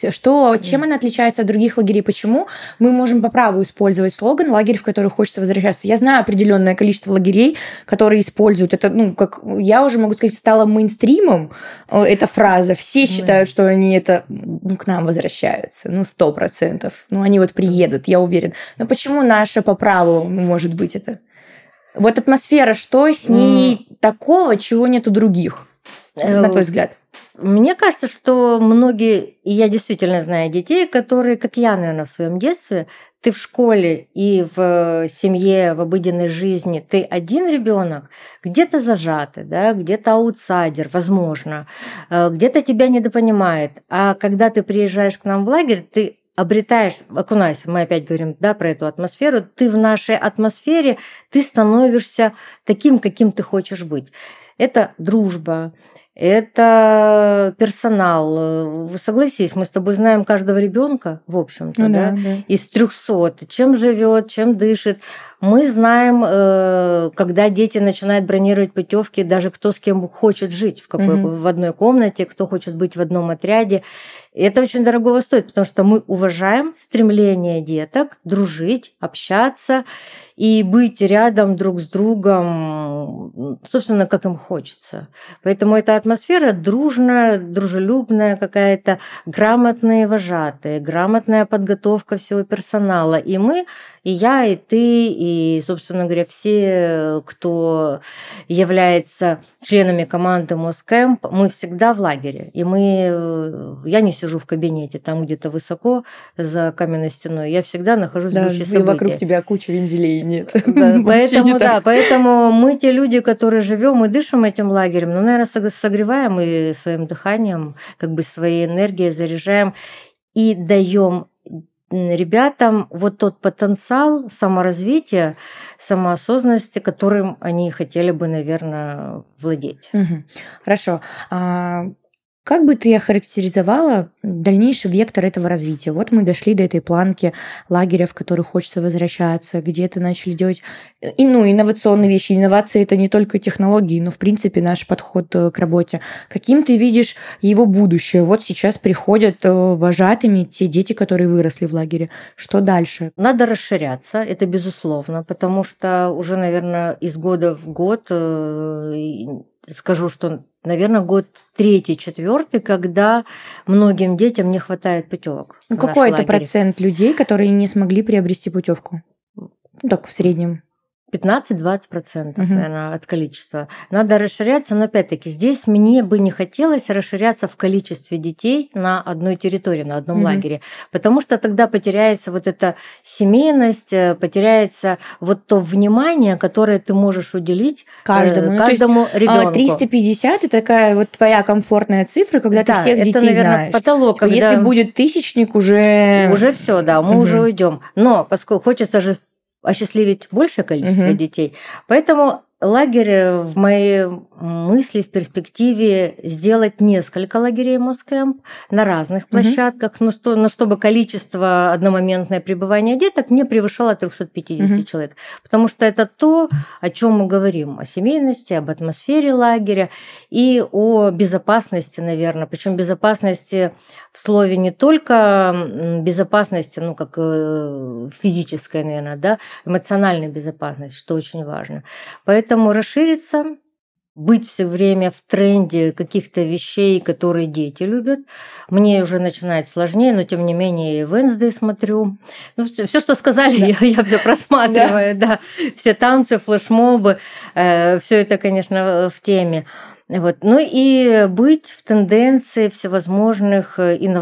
Чем она отличается от других лагерей? Почему мы можем по праву использовать слоган «Лагерь, в который хочется возвращаться»? Я знаю определенное количество лагерей, которые используют это, как я уже могу сказать, стала мейнстримом эта фраза. Все считают, что они к нам возвращаются, 100%. Они вот приедут, я уверен. Но почему наша по праву может быть это? Вот атмосфера, что с ней такого, чего нет у других, на твой взгляд? Мне кажется, что многие, и я действительно знаю детей, которые, как я, наверное, в своем детстве, ты в школе и в семье, в обыденной жизни, ты один ребенок, где-то зажатый, да, где-то аутсайдер, возможно, где-то тебя недопонимает. А когда ты приезжаешь к нам в лагерь, ты обретаешь, окунайся, мы опять говорим, да, про эту атмосферу, ты в нашей атмосфере, ты становишься таким, каким ты хочешь быть. это дружба, это персонал. Вы согласитесь, мы с тобой знаем каждого ребенка, в общем-то, да, из 300, чем живет, чем дышит. Мы знаем, когда дети начинают бронировать путевки, даже кто с кем хочет жить в одной комнате, кто хочет быть в одном отряде. И это очень дорогого стоит, потому что мы уважаем стремление деток дружить, общаться и быть рядом друг с другом, собственно, как им хочется. Поэтому эта атмосфера дружная, дружелюбная какая-то, грамотные вожатые, грамотная подготовка всего персонала. И мы, и я, и ты, и, собственно говоря, все, кто является членами команды Moscamp, мы всегда в лагере. И я не сижу в кабинете, там где-то высоко за каменной стеной. Я всегда нахожусь в гуще событий. И вокруг тебя куча венделей нет. Поэтому мы те люди, которые живем и дышим этим лагерем, наверное, согреваем и своим дыханием, своей энергией заряжаем и даем ребятам вот тот потенциал саморазвития, самоосознанности, которым они хотели бы, наверное, владеть. Хорошо. Как бы ты охарактеризовала дальнейший вектор этого развития? Вот мы дошли до этой планки лагеря, в который хочется возвращаться, где-то начали делать инновационные вещи. Инновации – это не только технологии, но, в принципе, наш подход к работе. Каким ты видишь его будущее? Вот сейчас приходят вожатыми те дети, которые выросли в лагере. Что дальше? Надо расширяться, это безусловно, потому что уже, наверное, из года в год скажу, что, наверное, год 3-4, когда многим детям не хватает путевок. Какой это процент людей, которые не смогли приобрести путевку? Так, в среднем. 15-20%, наверное, от количества. Надо расширяться, но опять-таки здесь мне бы не хотелось расширяться в количестве детей на одной территории, на одном лагере, потому что тогда потеряется вот эта семейность, потеряется вот то внимание, которое ты можешь уделить каждому ребенку. 350 – это такая вот твоя комфортная цифра, когда ты всех детей наверное, знаешь. Потолок. Когда... Если будет тысячник, уже все, да, мы уже уйдем. Но поскольку хочется же осчастливить большее количество детей. Поэтому лагерь в моей мысли, в перспективе сделать несколько лагерей Moscamp на разных площадках, но чтобы количество одномоментное пребывание деток не превышало 350 человек. Потому что это то, о чем мы говорим, о семейности, об атмосфере лагеря и о безопасности, наверное. Причем безопасности в слове не только безопасности, как физическая, наверное, да, эмоциональная безопасность, что очень важно. Поэтому расшириться, быть все время в тренде каких-то вещей, которые дети любят. Мне уже начинает сложнее, но тем не менее и Wednesday смотрю. Все, что сказали, я все просматриваю, да. Все танцы, флешмобы, все это, конечно, в теме. Ну и быть в тенденции всевозможных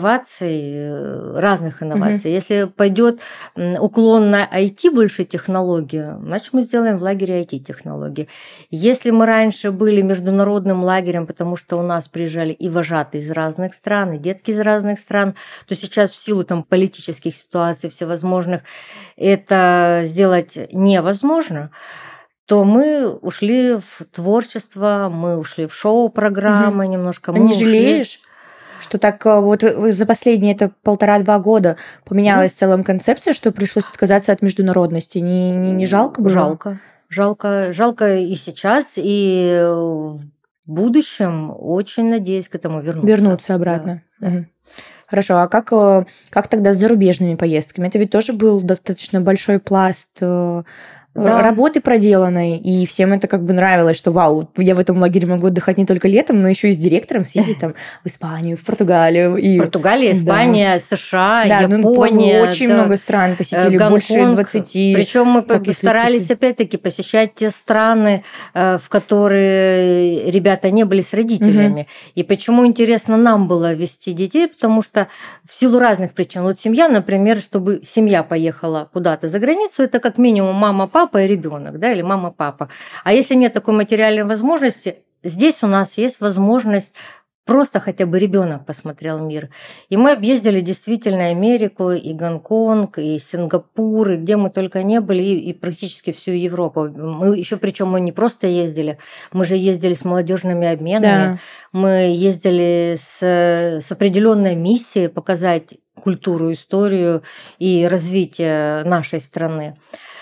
инноваций, разных инноваций. Если пойдет уклон на IT больше технологии, значит, мы сделаем в лагере IT-технологии. Если мы раньше были международным лагерем, потому что у нас приезжали и вожатые из разных стран, и детки из разных стран, то сейчас в силу политических ситуаций всевозможных это сделать невозможно, то мы ушли в творчество, мы ушли в шоу-программы немножко. Не жалеешь, что так вот за последние 1,5-2 года поменялась в целом концепция, что пришлось отказаться от международности? Не жалко было? Жалко и сейчас, и в будущем очень надеюсь к этому вернуться. Вернуться обратно. Да. Хорошо, а как тогда с зарубежными поездками? Это ведь тоже был достаточно большой пласт работы проделанной, и всем это нравилось, что вау, я в этом лагере могу отдыхать не только летом, но еще и с директором съездить в Испанию, в Португалию. Португалия, Испания, США, Япония. Очень много стран посетили, Гонконг, больше 20. Причем мы старались опять-таки посещать те страны, в которые ребята не были с родителями. И почему интересно нам было вести детей, потому что в силу разных причин. Вот семья, например, чтобы семья поехала куда-то за границу, это как минимум мама, папа и ребенок, да, или мама, папа. А если нет такой материальной возможности, здесь у нас есть возможность просто хотя бы ребенок посмотрел мир. И мы объездили действительно Америку, и Гонконг, и Сингапур, и где мы только не были, и практически всю Европу. Мы еще, причем мы не просто ездили, мы же ездили с молодежными обменами, мы ездили с определенной миссией показать культуру, историю и развитие нашей страны.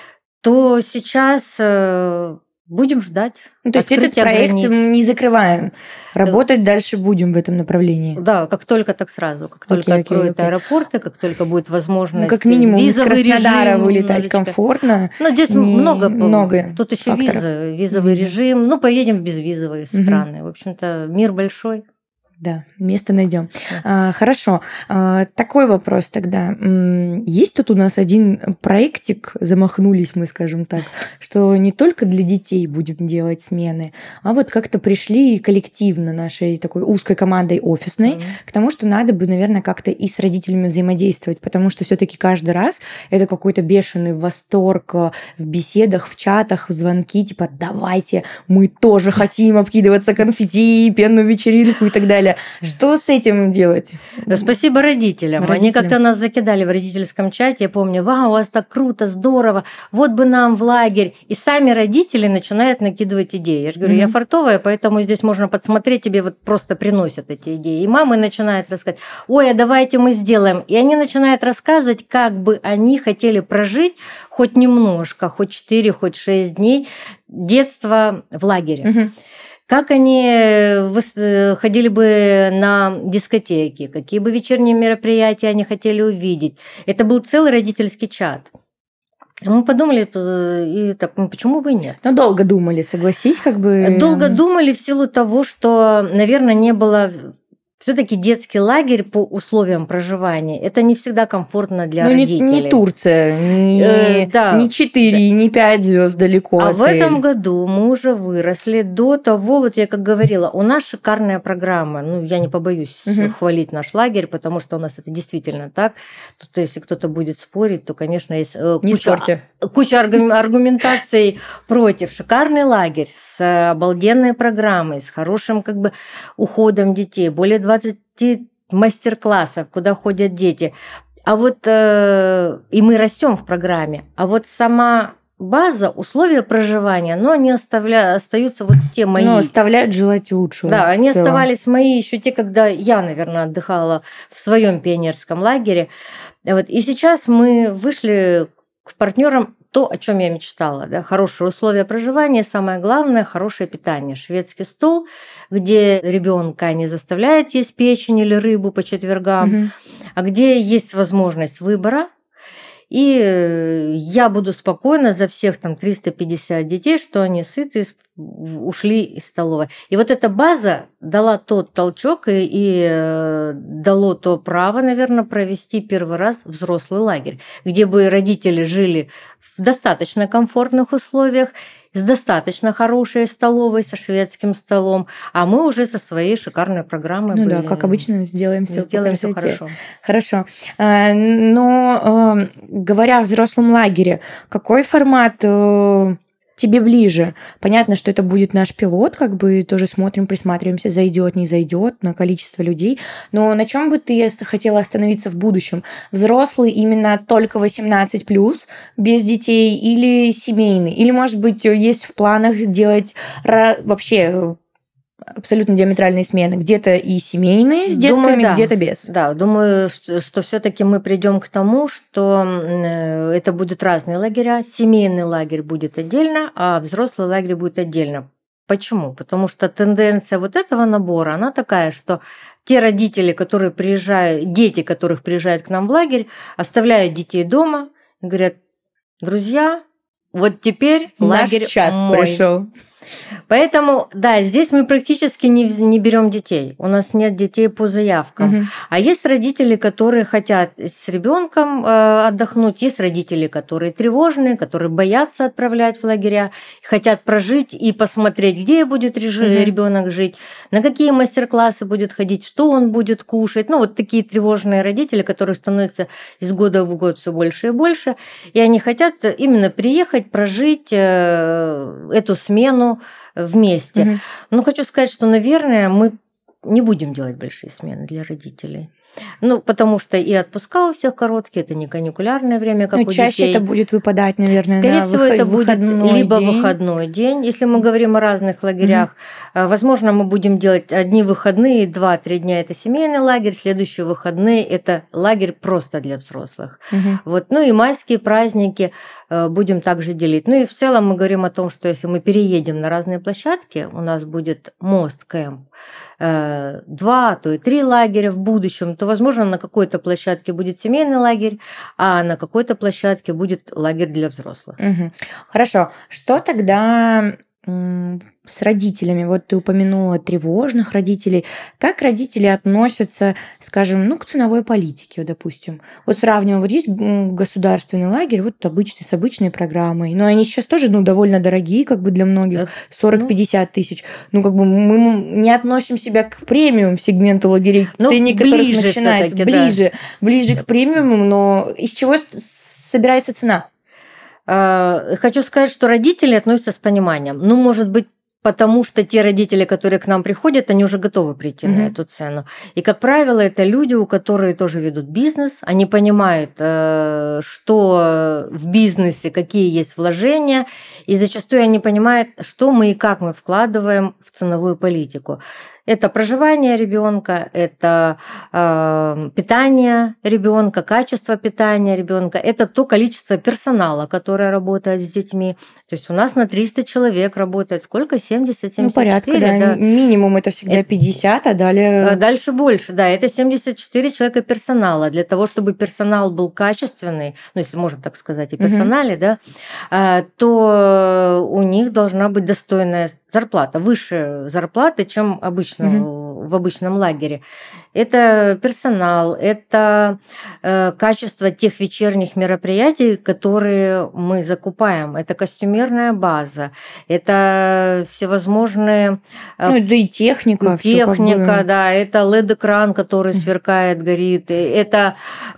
То сейчас будем ждать. То есть этот проект не закрываем. Работать дальше будем в этом направлении. Да, как только, так сразу. Как только откроют аэропорты, как только будет возможность как минимум визовый из Краснодара режим, вылетать комфортно. Здесь много. Тут еще факторов. визовый режим. Поедем в безвизовые страны. В общем-то, мир большой. Да, место найдем. Хорошо. Такой вопрос тогда. Есть тут у нас один проектик, замахнулись мы, скажем так, что не только для детей будем делать смены, а вот как-то пришли коллективно нашей такой узкой командой офисной к тому, что надо бы, наверное, как-то и с родителями взаимодействовать, потому что все-таки каждый раз это какой-то бешеный восторг в беседах, в чатах, в звонки, типа давайте, мы тоже хотим обкидываться конфетти, пенную вечеринку и так далее. Что с этим делать? Да, спасибо родителям. Они как-то нас закидали в родительском чате. Я помню, вау, у вас так круто, здорово, вот бы нам в лагерь. И сами родители начинают накидывать идеи. Я же говорю, я фартовая, поэтому здесь можно подсмотреть, тебе вот просто приносят эти идеи. И мамы начинают рассказывать, ой, а давайте мы сделаем. И они начинают рассказывать, как бы они хотели прожить хоть немножко, хоть 4, хоть 6 дней детства в лагере. Как они ходили бы на дискотеки, какие бы вечерние мероприятия они хотели увидеть. Это был целый родительский чат. Мы подумали, и так, почему бы и нет? Но долго думали, согласись, как бы. Долго думали в силу того, что, наверное, не было. Все-таки детский лагерь по условиям проживания это не всегда комфортно для родителей. Не Турция, не 4, не 5 звезд далеко. А в этом году мы уже выросли до того, вот я как говорила, у нас шикарная программа. Я не побоюсь хвалить наш лагерь, потому что у нас это действительно так. Тут, если кто-то будет спорить, то, конечно, есть куча аргументаций против. Шикарный лагерь с обалденной программой, с хорошим уходом детей, более 20 мастер-классов, куда ходят дети. А вот и мы растем в программе. А вот сама база, условия проживания, но они остаются вот те мои. Но оставляют желать лучшего. Да, они оставались мои еще те, когда я, наверное, отдыхала в своем пионерском лагере. И сейчас мы вышли к партнерам то, о чем я мечтала. Да? Хорошие условия проживания, самое главное, хорошее питание. Шведский стол, где ребенка не заставляют есть печень или рыбу по четвергам, а где есть возможность выбора. И я буду спокойна за всех 350 детей, что они сыты, ушли из столовой. И вот эта база дала тот толчок и дало то право, наверное, провести первый раз взрослый лагерь, где бы родители жили в достаточно комфортных условиях, с достаточно хорошей столовой, со шведским столом, а мы уже со своей шикарной программой. Да, как обычно, сделаем все хорошо. Хорошо. Но говоря о взрослом лагере, какой формат тебе ближе? Понятно, что это будет наш пилот, тоже смотрим, присматриваемся, зайдет, не зайдет на количество людей. Но на чем бы ты хотела остановиться в будущем? Взрослый именно только 18+, без детей, или семейный? Или, может быть, есть в планах делать вообще абсолютно диаметральные смены. Где-то и семейные с детками, да. Где-то без. Да, думаю, что все-таки мы придем к тому, что это будут разные лагеря. Семейный лагерь будет отдельно, а взрослый лагерь будет отдельно. Почему? Потому что тенденция вот этого набора, она такая, что те родители, которые приезжают, дети, которых приезжают к нам в лагерь, оставляют детей дома и говорят: друзья, вот теперь лагерь наш час мой. Пришел. Поэтому, да, здесь мы практически не берем детей. У нас нет детей по заявкам. А есть родители, которые хотят с ребенком отдохнуть. Есть родители, которые тревожные, которые боятся отправлять в лагеря, хотят прожить и посмотреть, где будет ребенок жить, на какие мастер-классы будет ходить, что он будет кушать. Вот такие тревожные родители, которые становятся из года в год все больше и больше. И они хотят именно приехать, прожить эту смену вместе. Но хочу сказать, что, наверное, мы не будем делать большие смены для родителей. Потому что и отпуска у всех короткие, это не каникулярное время, как у детей. Чаще это будет выпадать, наверное, скорее всего, это будет либо день. Выходной день. Если мы говорим о разных лагерях, возможно, мы будем делать одни выходные, 2-3 дня – это семейный лагерь, следующие выходные – это лагерь просто для взрослых. И майские праздники будем также делить. И в целом мы говорим о том, что если мы переедем на разные площадки, у нас будет Most Camp, 2, то и 3 лагеря в будущем, то, возможно, на какой-то площадке будет семейный лагерь, а на какой-то площадке будет лагерь для взрослых. Хорошо. Что тогда с родителями? Вот ты упомянула тревожных родителей. Как родители относятся, скажем, к ценовой политике, допустим? Вот сравниваем, вот есть государственный лагерь, вот обычный, с обычной программой. Но они сейчас тоже, довольно дорогие, для многих, 40-50 тысяч. Мы не относим себя к премиум-сегменту лагерей, ценник которых начинается ближе к премиуму, но из чего собирается цена? Хочу сказать, что родители относятся с пониманием. Может быть, потому что те родители, которые к нам приходят, они уже готовы прийти на эту цену. И, как правило, это люди, у которых тоже ведут бизнес, они понимают, что в бизнесе, какие есть вложения, и зачастую они понимают, что мы и как мы вкладываем в ценовую политику. Это проживание ребенка, это питание ребенка, качество питания ребенка, это то количество персонала, которое работает с детьми. То есть у нас на 300 человек работает сколько? 70-74? Порядка, да. Минимум это всегда 50, а далее... Дальше больше, да. Это 74 человека персонала. Для того, чтобы персонал был качественный, если можно так сказать, и персонале, да, то у них должна быть достойная зарплата, выше зарплаты, чем обычно в обычном лагере. Это персонал, это качество тех вечерних мероприятий, которые мы закупаем. Это костюмерная база, это всевозможные... да и техника. Техника, да, это LED-экран, который сверкает, горит, это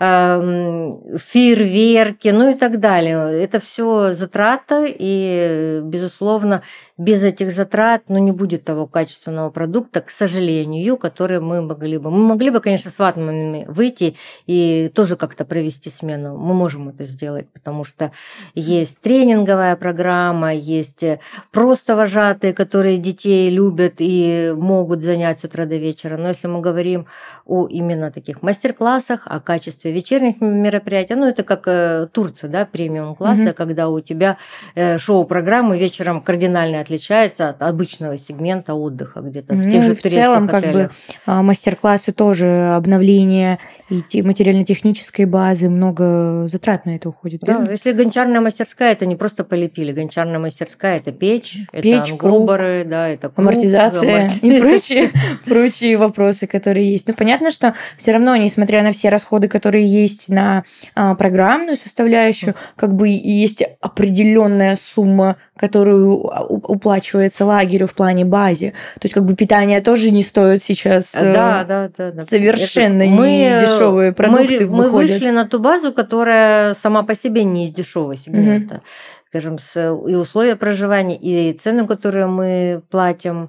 фейерверки, и так далее. Это все затраты, и, безусловно, без этих затрат не будет того качественного продукта, к сожалению, который мы могли бы. Мы могли бы, конечно, с ватманами выйти и тоже как-то провести смену. Мы можем это сделать, потому что есть тренинговая программа, есть просто вожатые, которые детей любят и могут занять с утра до вечера. Но если мы говорим о именно таких мастер-классах, о качестве вечерних мероприятий, это как Турция, да, премиум-класса, когда у тебя шоу-программы вечером кардинально отличается от обычного сегмента отдыха где-то в тех же турецких отелях. В целом, мастер-классы тоже, обновление и материально-технической базы, много затрат на это уходит. Да, если гончарная мастерская, это не просто полепили. Гончарная мастерская – это печь, это ангоборы, да, это круг, амортизация и прочие вопросы, которые есть. Понятно, что все равно, несмотря на все расходы, которые есть на программную составляющую, есть определенная сумма, которую уплачивается лагерю в плане базе. То есть питание тоже не стоит сейчас совершенно не дешевые продукты мы вышли на ту базу, которая сама по себе не из дешевого сегмента. Скажем, и условия проживания, и цены, которые мы платим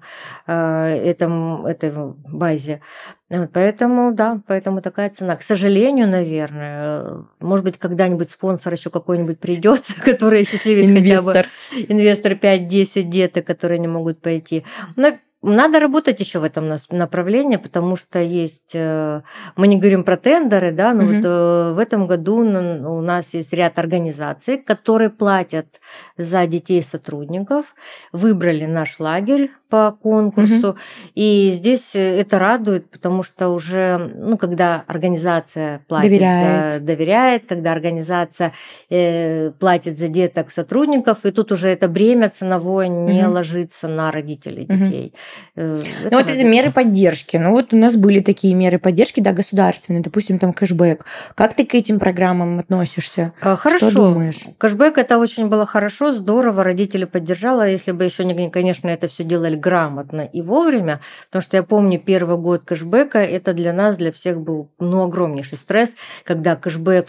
этой базе. Поэтому такая цена. К сожалению, наверное, может быть, когда-нибудь спонсор еще какой-нибудь придет, который счастливит хотя бы инвестор 5-10 деток, которые не могут пойти. Но надо работать еще в этом направлении, потому что есть, мы не говорим про тендеры, да, но в этом году у нас есть ряд организаций, которые платят за детей сотрудников, выбрали наш лагерь по конкурсу, и здесь это радует, потому что уже, когда организация доверяет, когда организация платит за деток сотрудников, и тут уже это бремя ценовое не ложится на родителей детей. Это меры поддержки. У нас были такие меры поддержки, да, государственные, допустим, там кэшбэк. Как ты к этим программам относишься? Хорошо. Что думаешь? Кэшбэк это очень было хорошо, здорово, родители поддержала, если бы еще, конечно, это все делали грамотно и вовремя, потому что я помню первый год кэшбэка, это для нас, для всех был огромнейший стресс, когда кэшбэк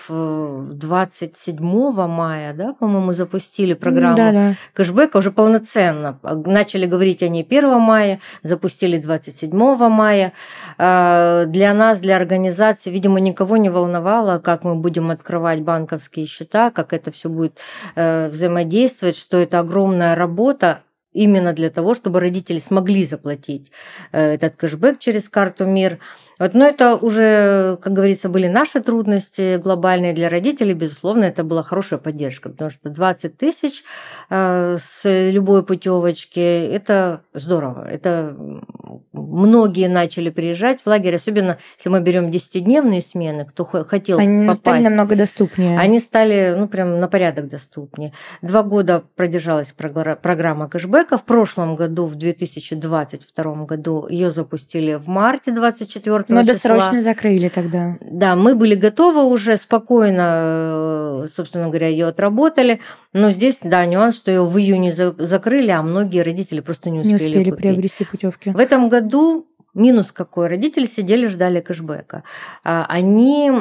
27 мая, да, по-моему, запустили программу кэшбэка уже полноценно. Начали говорить они 1 мая, мая, запустили 27 мая. Для нас, для организации, видимо, никого не волновало, как мы будем открывать банковские счета, как это все будет взаимодействовать, что это огромная работа именно для того, чтобы родители смогли заплатить этот кэшбэк через карту МИР. Вот, но это уже, как говорится, были наши трудности глобальные для родителей. Безусловно, это была хорошая поддержка, потому что 20 тысяч с любой путевочки – это здорово. Это многие начали приезжать в лагерь, особенно если мы берем 10-дневные смены, кто хотел они попасть. Стали намного доступнее. Они стали, прям на порядок доступнее. 2 года продержалась программа кэшбэка. В прошлом году, в 2022 году, ее запустили в марте 24 Но числа. досрочно закрыли тогда. Да, мы были готовы уже спокойно, собственно говоря, ее отработали. Но здесь, да, нюанс, что ее в июне закрыли, а многие родители просто не успели купить. Приобрести путевки. В этом году минус какой? Родители сидели, ждали кэшбэка. Они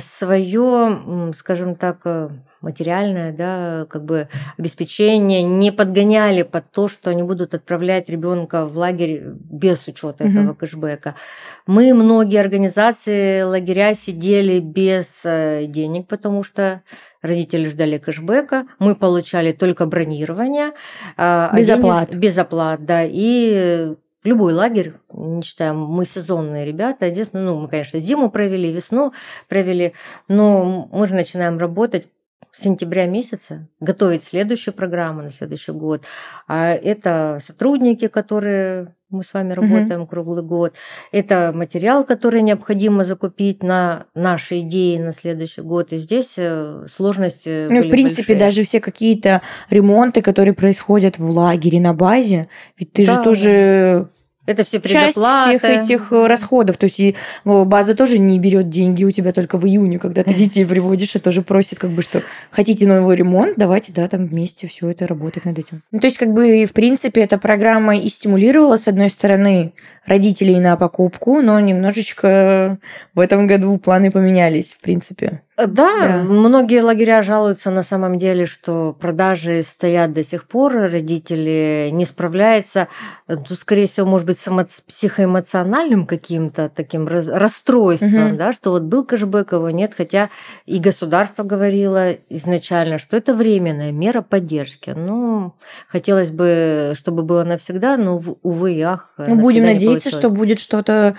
свое, скажем так, материальное, да, как бы обеспечение не подгоняли под то, что они будут отправлять ребенка в лагерь без учета этого кэшбэка. Мы, многие организации, лагеря сидели без денег, потому что родители ждали кэшбэка, мы получали только бронирование. Без оплат. Без оплат, да, и любой лагерь, не считаем, мы сезонные ребята. Единственное, мы, конечно, зиму провели, весну провели, но мы же начинаем работать с сентября месяца, готовить следующую программу на следующий год. А это сотрудники, которые мы с вами работаем круглый год. Это материал, который необходимо закупить на наши идеи на следующий год. И здесь сложности были в принципе, большие. даже все какие-то ремонты, которые происходят в лагере на базе, ведь ты же тоже... Это все часть предоплаты. всех этих расходов. То есть и база тоже не берет деньги у тебя только в июне, когда ты детей приводишь, и тоже просит, как бы, что хотите новый ремонт, давайте, да, там вместе все это работать над этим. То есть, как бы, в принципе, эта программа и стимулировала, с одной стороны, родителей на покупку, но немножечко в этом году планы поменялись, в принципе. Да, многие лагеря жалуются на самом деле, что продажи стоят до сих пор, родители не справляются. Тут, скорее всего, может быть, с психоэмоциональным каким-то таким расстройством, да, что вот был кэшбэк, его нет, хотя и государство говорило изначально, что это временная мера поддержки. Хотелось бы, чтобы было навсегда, но, увы и ах, будем надеяться, что будет что-то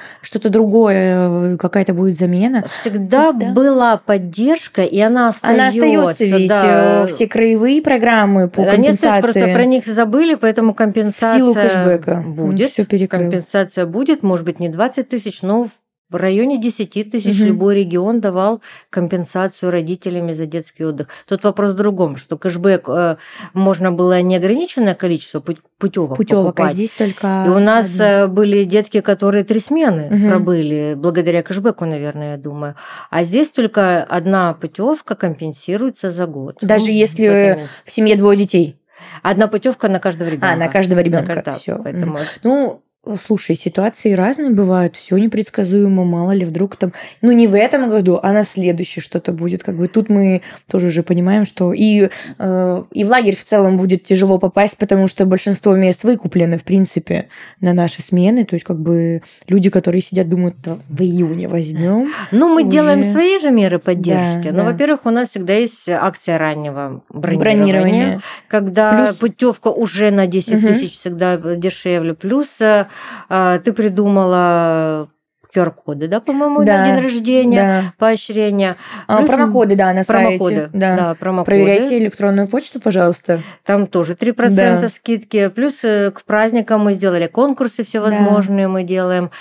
другое, какая-то будет замена. Всегда была поддержка, и она остается. Она остается, ведь все краевые программы по компенсации. Они просто про них забыли, поэтому компенсация в силу кэшбэка будет. Все перекрыл. Компенсация будет, может быть, не 20 тысяч, но в районе 10 тысяч любой регион давал компенсацию родителями за детский отдых. Тут вопрос в другом, что кэшбэк можно было неограниченное количество путевок покупать. А здесь только и у нас были детки, которые 3 смены пробыли, благодаря кэшбэку, наверное, я думаю. А здесь только одна путевка компенсируется за год. Даже если в семье 2 детей? Одна путевка на каждого ребенка. На каждого ребенка. Все. Поэтому... Слушай, ситуации разные бывают, все непредсказуемо, мало ли вдруг там, не в этом году, а на следующий что-то будет. Как бы тут мы тоже уже понимаем, что и в лагерь в целом будет тяжело попасть, потому что большинство мест выкуплены, в принципе, на наши смены. То есть, как бы люди, которые сидят, думают, в июне возьмем. Мы делаем свои же меры поддержки. Во-первых, у нас всегда есть акция раннего бронирования. Когда путевка уже на 10 тысяч всегда дешевле. Плюс ты придумала QR-коды, да, по-моему, на день рождения, поощрения. Промокоды, на сайте. Да, промокоды. Проверяйте электронную почту, пожалуйста. Там тоже 3% скидки. Плюс к праздникам мы сделали конкурсы всевозможные, мы делаем.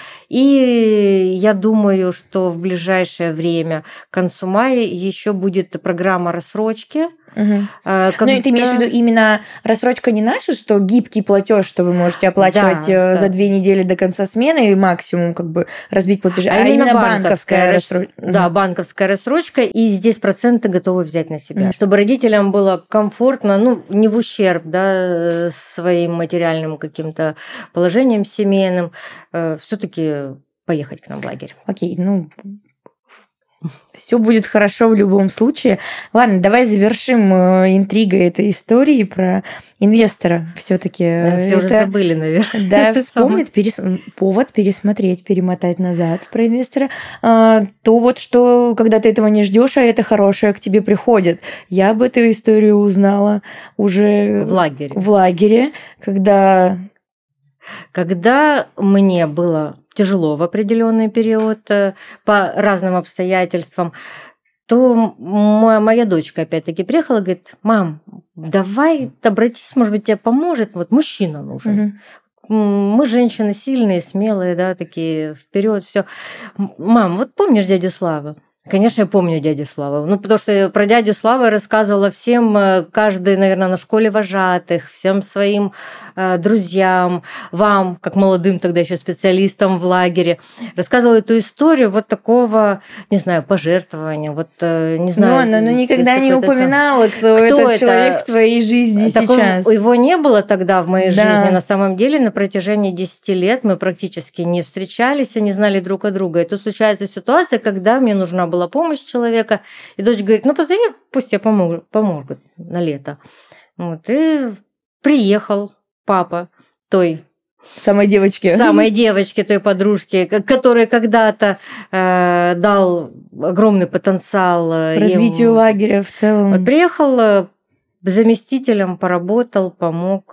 И я думаю, что в ближайшее время, к концу мая, еще будет программа рассрочки. Ты имеешь в виду именно рассрочка не наша, что гибкий платеж, что вы можете оплачивать за 2 недели до конца смены и максимум как бы разбить платежи, а именно банковская рассрочка. Да, банковская рассрочка, и здесь проценты готовы взять на себя. Чтобы родителям было комфортно, не в ущерб, да, своим материальным каким-то положением семейным, все-таки поехать к нам в лагерь. Окей, Все будет хорошо в любом случае. Ладно, давай завершим интригой этой истории про инвестора. Все-таки все уже забыли, наверное. Да, вспомнит повод пересмотреть, перемотать назад про инвестора. То вот, что когда ты этого не ждешь, а это хорошее к тебе приходит. Я об эту историю узнала уже в лагере. В лагере, когда мне было тяжело в определенный период по разным обстоятельствам, то моя дочка опять-таки приехала и говорит: мам, давай обратись, может быть, тебе поможет, вот мужчина нужен. Мы женщины сильные, смелые, да, такие вперед, все. Мам, вот помнишь дядю Славу? Конечно, я помню дядю Славу. Ну, потому что про дядю Славу я рассказывала всем, каждый, наверное, на школе вожатых, всем своим друзьям, вам, как молодым тогда еще специалистам в лагере. Рассказывала эту историю вот такого, не знаю, пожертвования, вот, не знаю. Но никогда не упоминала, кто этот человек в твоей жизни сейчас. Его не было тогда в моей жизни. На самом деле, на протяжении 10 лет мы практически не встречались и не знали друг о друга. Это случается ситуация, когда мне нужна была помощь человека, и дочь говорит: ну, позови, пусть тебе помогут на лето. Вот, и приехал папа той самой девочки, той подружки, которой когда-то дал огромный потенциал развитию лагеря в целом. Вот, приехал заместителем, поработал, помог.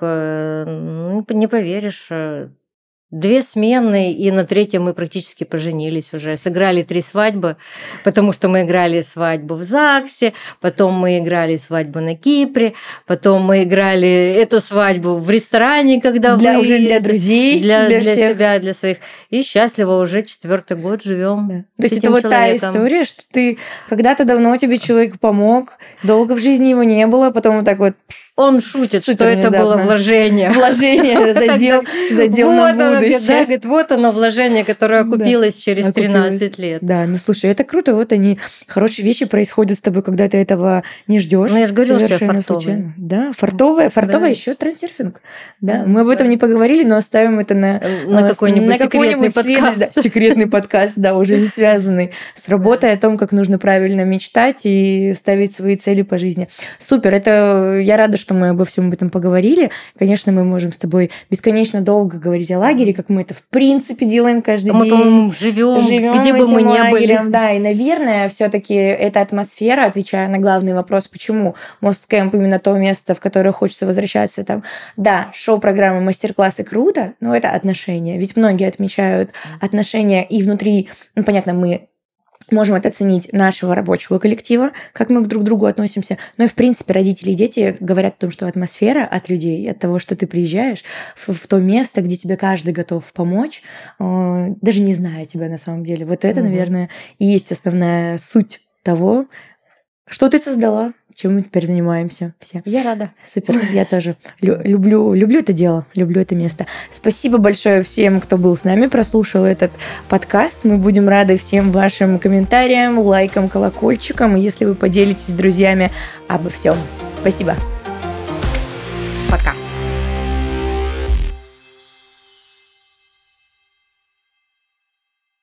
Не поверишь, 2 смены, и на 3-й мы практически поженились уже. Сыграли 3 свадьбы, потому что мы играли свадьбу в ЗАГСе, потом мы играли свадьбу на Кипре, потом мы играли эту свадьбу в ресторане, когда уже для друзей, для себя, для своих. И счастливо уже 4-й год живем. Да. То есть это вот та история, что ты когда-то давно тебе человек помог, долго в жизни его не было, потом вот так вот. Он шутит, что это было вложение. Вложение, задел на будущее. Да, говорит, вот оно вложение, которое окупилось через 13 лет. Да, ну слушай, это круто, вот они, хорошие вещи происходят с тобой, когда ты этого не ждешь. Ну я же говорила, что я фартовая. Да, фартовая еще трансерфинг. Да, мы об этом не поговорили, но оставим это на какой-нибудь секретный подкаст. Секретный подкаст, да, уже не связанный с работой, о том, как нужно правильно мечтать и ставить свои цели по жизни. Супер, это я рада, что мы обо всем этом поговорили. Конечно, мы можем с тобой бесконечно долго говорить о лагере, как мы это в принципе делаем каждый день. Мы, по-моему, живем где бы мы ни были. Да, и, наверное, все-таки эта атмосфера, отвечая на главный вопрос, почему Мосткэмп именно то место, в которое хочется возвращаться. Там, да, шоу-программы, мастер-классы круто, но это отношения. Ведь многие отмечают отношения и внутри, ну, понятно, мы можем это оценить нашего рабочего коллектива, как мы друг к другу относимся. Но и, в принципе, родители и дети говорят о том, что атмосфера от людей, от того, что ты приезжаешь в то место, где тебе каждый готов помочь, даже не зная тебя на самом деле. Вот это, наверное, и есть основная суть того, что ты создала, чем мы теперь занимаемся все. Я рада. Супер, я тоже люблю это дело, люблю это место. Спасибо большое всем, кто был с нами, прослушал этот подкаст. Мы будем рады всем вашим комментариям, лайкам, колокольчикам, и если вы поделитесь с друзьями обо всем. Спасибо. Пока.